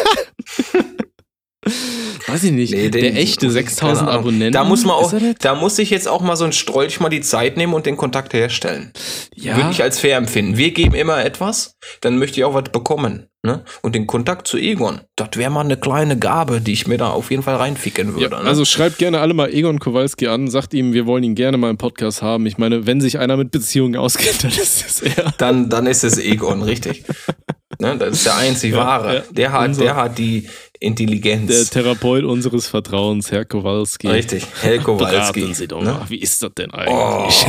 Weiß ich nicht. Der echte 6000 Abonnenten. Da muss ich jetzt auch mal so ein Strolch mal die Zeit nehmen und den Kontakt herstellen. Ja. Würde ich als fair empfinden. Wir geben immer etwas, dann möchte ich auch was bekommen. Ne? Und den Kontakt zu Egon, das wäre mal eine kleine Gabe, die ich mir da auf jeden Fall reinficken würde. Ja, also schreibt gerne alle mal Egon Kowalski an, sagt ihm, wir wollen ihn gerne mal im Podcast haben. Ich meine, wenn sich einer mit Beziehungen auskennt, dann ist es er. Dann ist es Egon, richtig. Ne? Das ist der einzig wahre. Ja. Der hat die Intelligenz. Der Therapeut unseres Vertrauens, Herr Kowalski. Richtig, Herr Kowalski. Beraten Sie doch mal. Wie ist das denn eigentlich?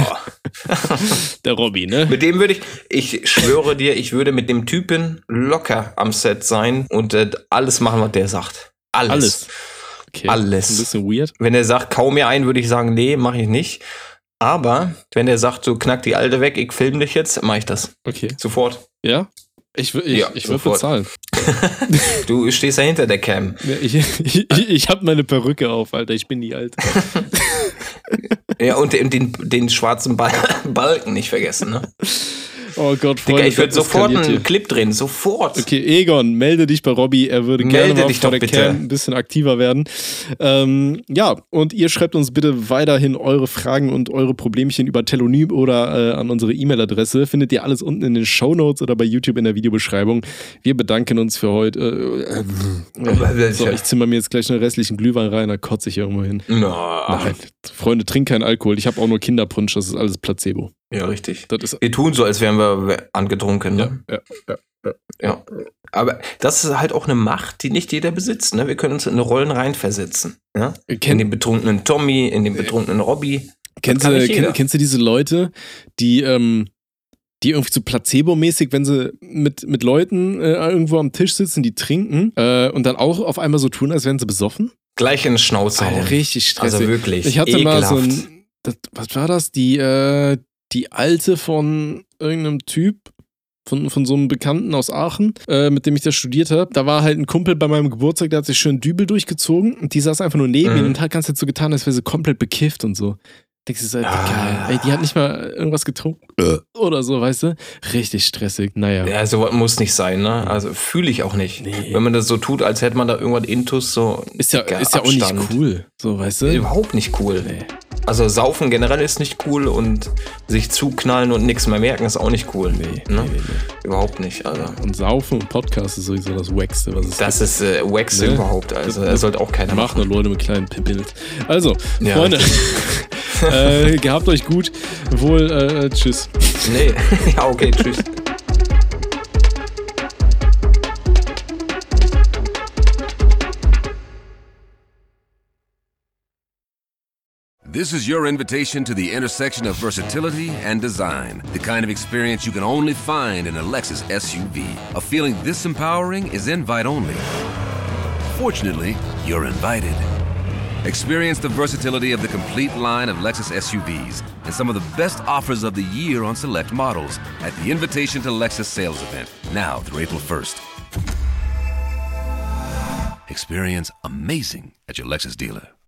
Der Robby, ne? Mit dem ich schwöre dir, ich würde mit dem Typen locker am Set sein und alles machen, was der sagt. Alles. Okay. Alles. Ein bisschen weird. Wenn er sagt, kaum mir ein, würde ich sagen, nee, mache ich nicht. Aber wenn er sagt, so knack die Alte weg, ich film dich jetzt, mache ich das. Okay. Sofort. Ja? Ich würde bezahlen. Du stehst ja hinter der Cam. Ja, ich habe meine Perücke auf, Alter. Ich bin die Alte. Ja, und den schwarzen Balken nicht vergessen, ne? Oh Gott, Freunde, Digga, ich würde sofort einen Clip drehen, sofort. Okay, Egon, melde dich bei Robby, er würde gerne mal vor der Cam ein bisschen aktiver werden. Ja, und ihr schreibt uns bitte weiterhin eure Fragen und eure Problemchen über Telonym oder an unsere E-Mail-Adresse. Findet ihr alles unten in den Shownotes oder bei YouTube in der Videobeschreibung. Wir bedanken uns für heute. So, ich zimmer mir jetzt gleich einen restlichen Glühwein rein, da kotze ich irgendwo hin. No. Nein, Freunde, trinkt keinen Alkohol. Ich habe auch nur Kinderpunsch, das ist alles Placebo. Ja, richtig. Wir tun so, als wären wir angetrunken. Ne? Ja. Aber das ist halt auch eine Macht, die nicht jeder besitzt. Ne? Wir können uns in Rollen reinversetzen. Ja? In den betrunkenen Tommy, in den betrunkenen Robby. Kennst du diese Leute, die irgendwie so placebo-mäßig, wenn sie mit Leuten irgendwo am Tisch sitzen, die trinken und dann auch auf einmal so tun, als wären sie besoffen? Gleich in den Schnauze hauen. Richtig stressig. Also wirklich. Ich hatte ekelhaft. mal was war das? Die Alte von irgendeinem Typ, von so einem Bekannten aus Aachen, mit dem ich da studiert habe. Da war halt ein Kumpel bei meinem Geburtstag, der hat sich schön Dübel durchgezogen und die saß einfach nur neben ihm und hat ganz so getan, als wäre sie komplett bekifft und so. Denkst du so, geil. Ey, die hat nicht mal irgendwas getrunken oder so, weißt du? Richtig stressig, naja. Ja, sowas muss nicht sein, ne? Also fühle ich auch nicht. Nee. Wenn man das so tut, als hätte man da irgendwas Intus, so. Ist ja auch nicht cool, so, weißt du? Überhaupt nicht cool. Nee. Also saufen generell ist nicht cool und sich zuknallen und nichts mehr merken ist auch nicht cool. Nee. Überhaupt nicht, also. Und saufen und Podcast ist sowieso das Wackste, was es gibt. Das ist Wackste überhaupt, also er sollte auch keiner machen. Nur Leute mit kleinen Pimpels. Also, Freunde, gehabt euch gut. Wohl, tschüss. Nee, ja, okay, tschüss. This is your invitation to the intersection of versatility and design. The kind of experience you can only find in a Lexus SUV. A feeling this empowering is invite only. Fortunately, you're invited. Experience the versatility of the complete line of Lexus SUVs and some of the best offers of the year on select models at the Invitation to Lexus sales event, now through April 1st. Experience amazing at your Lexus dealer.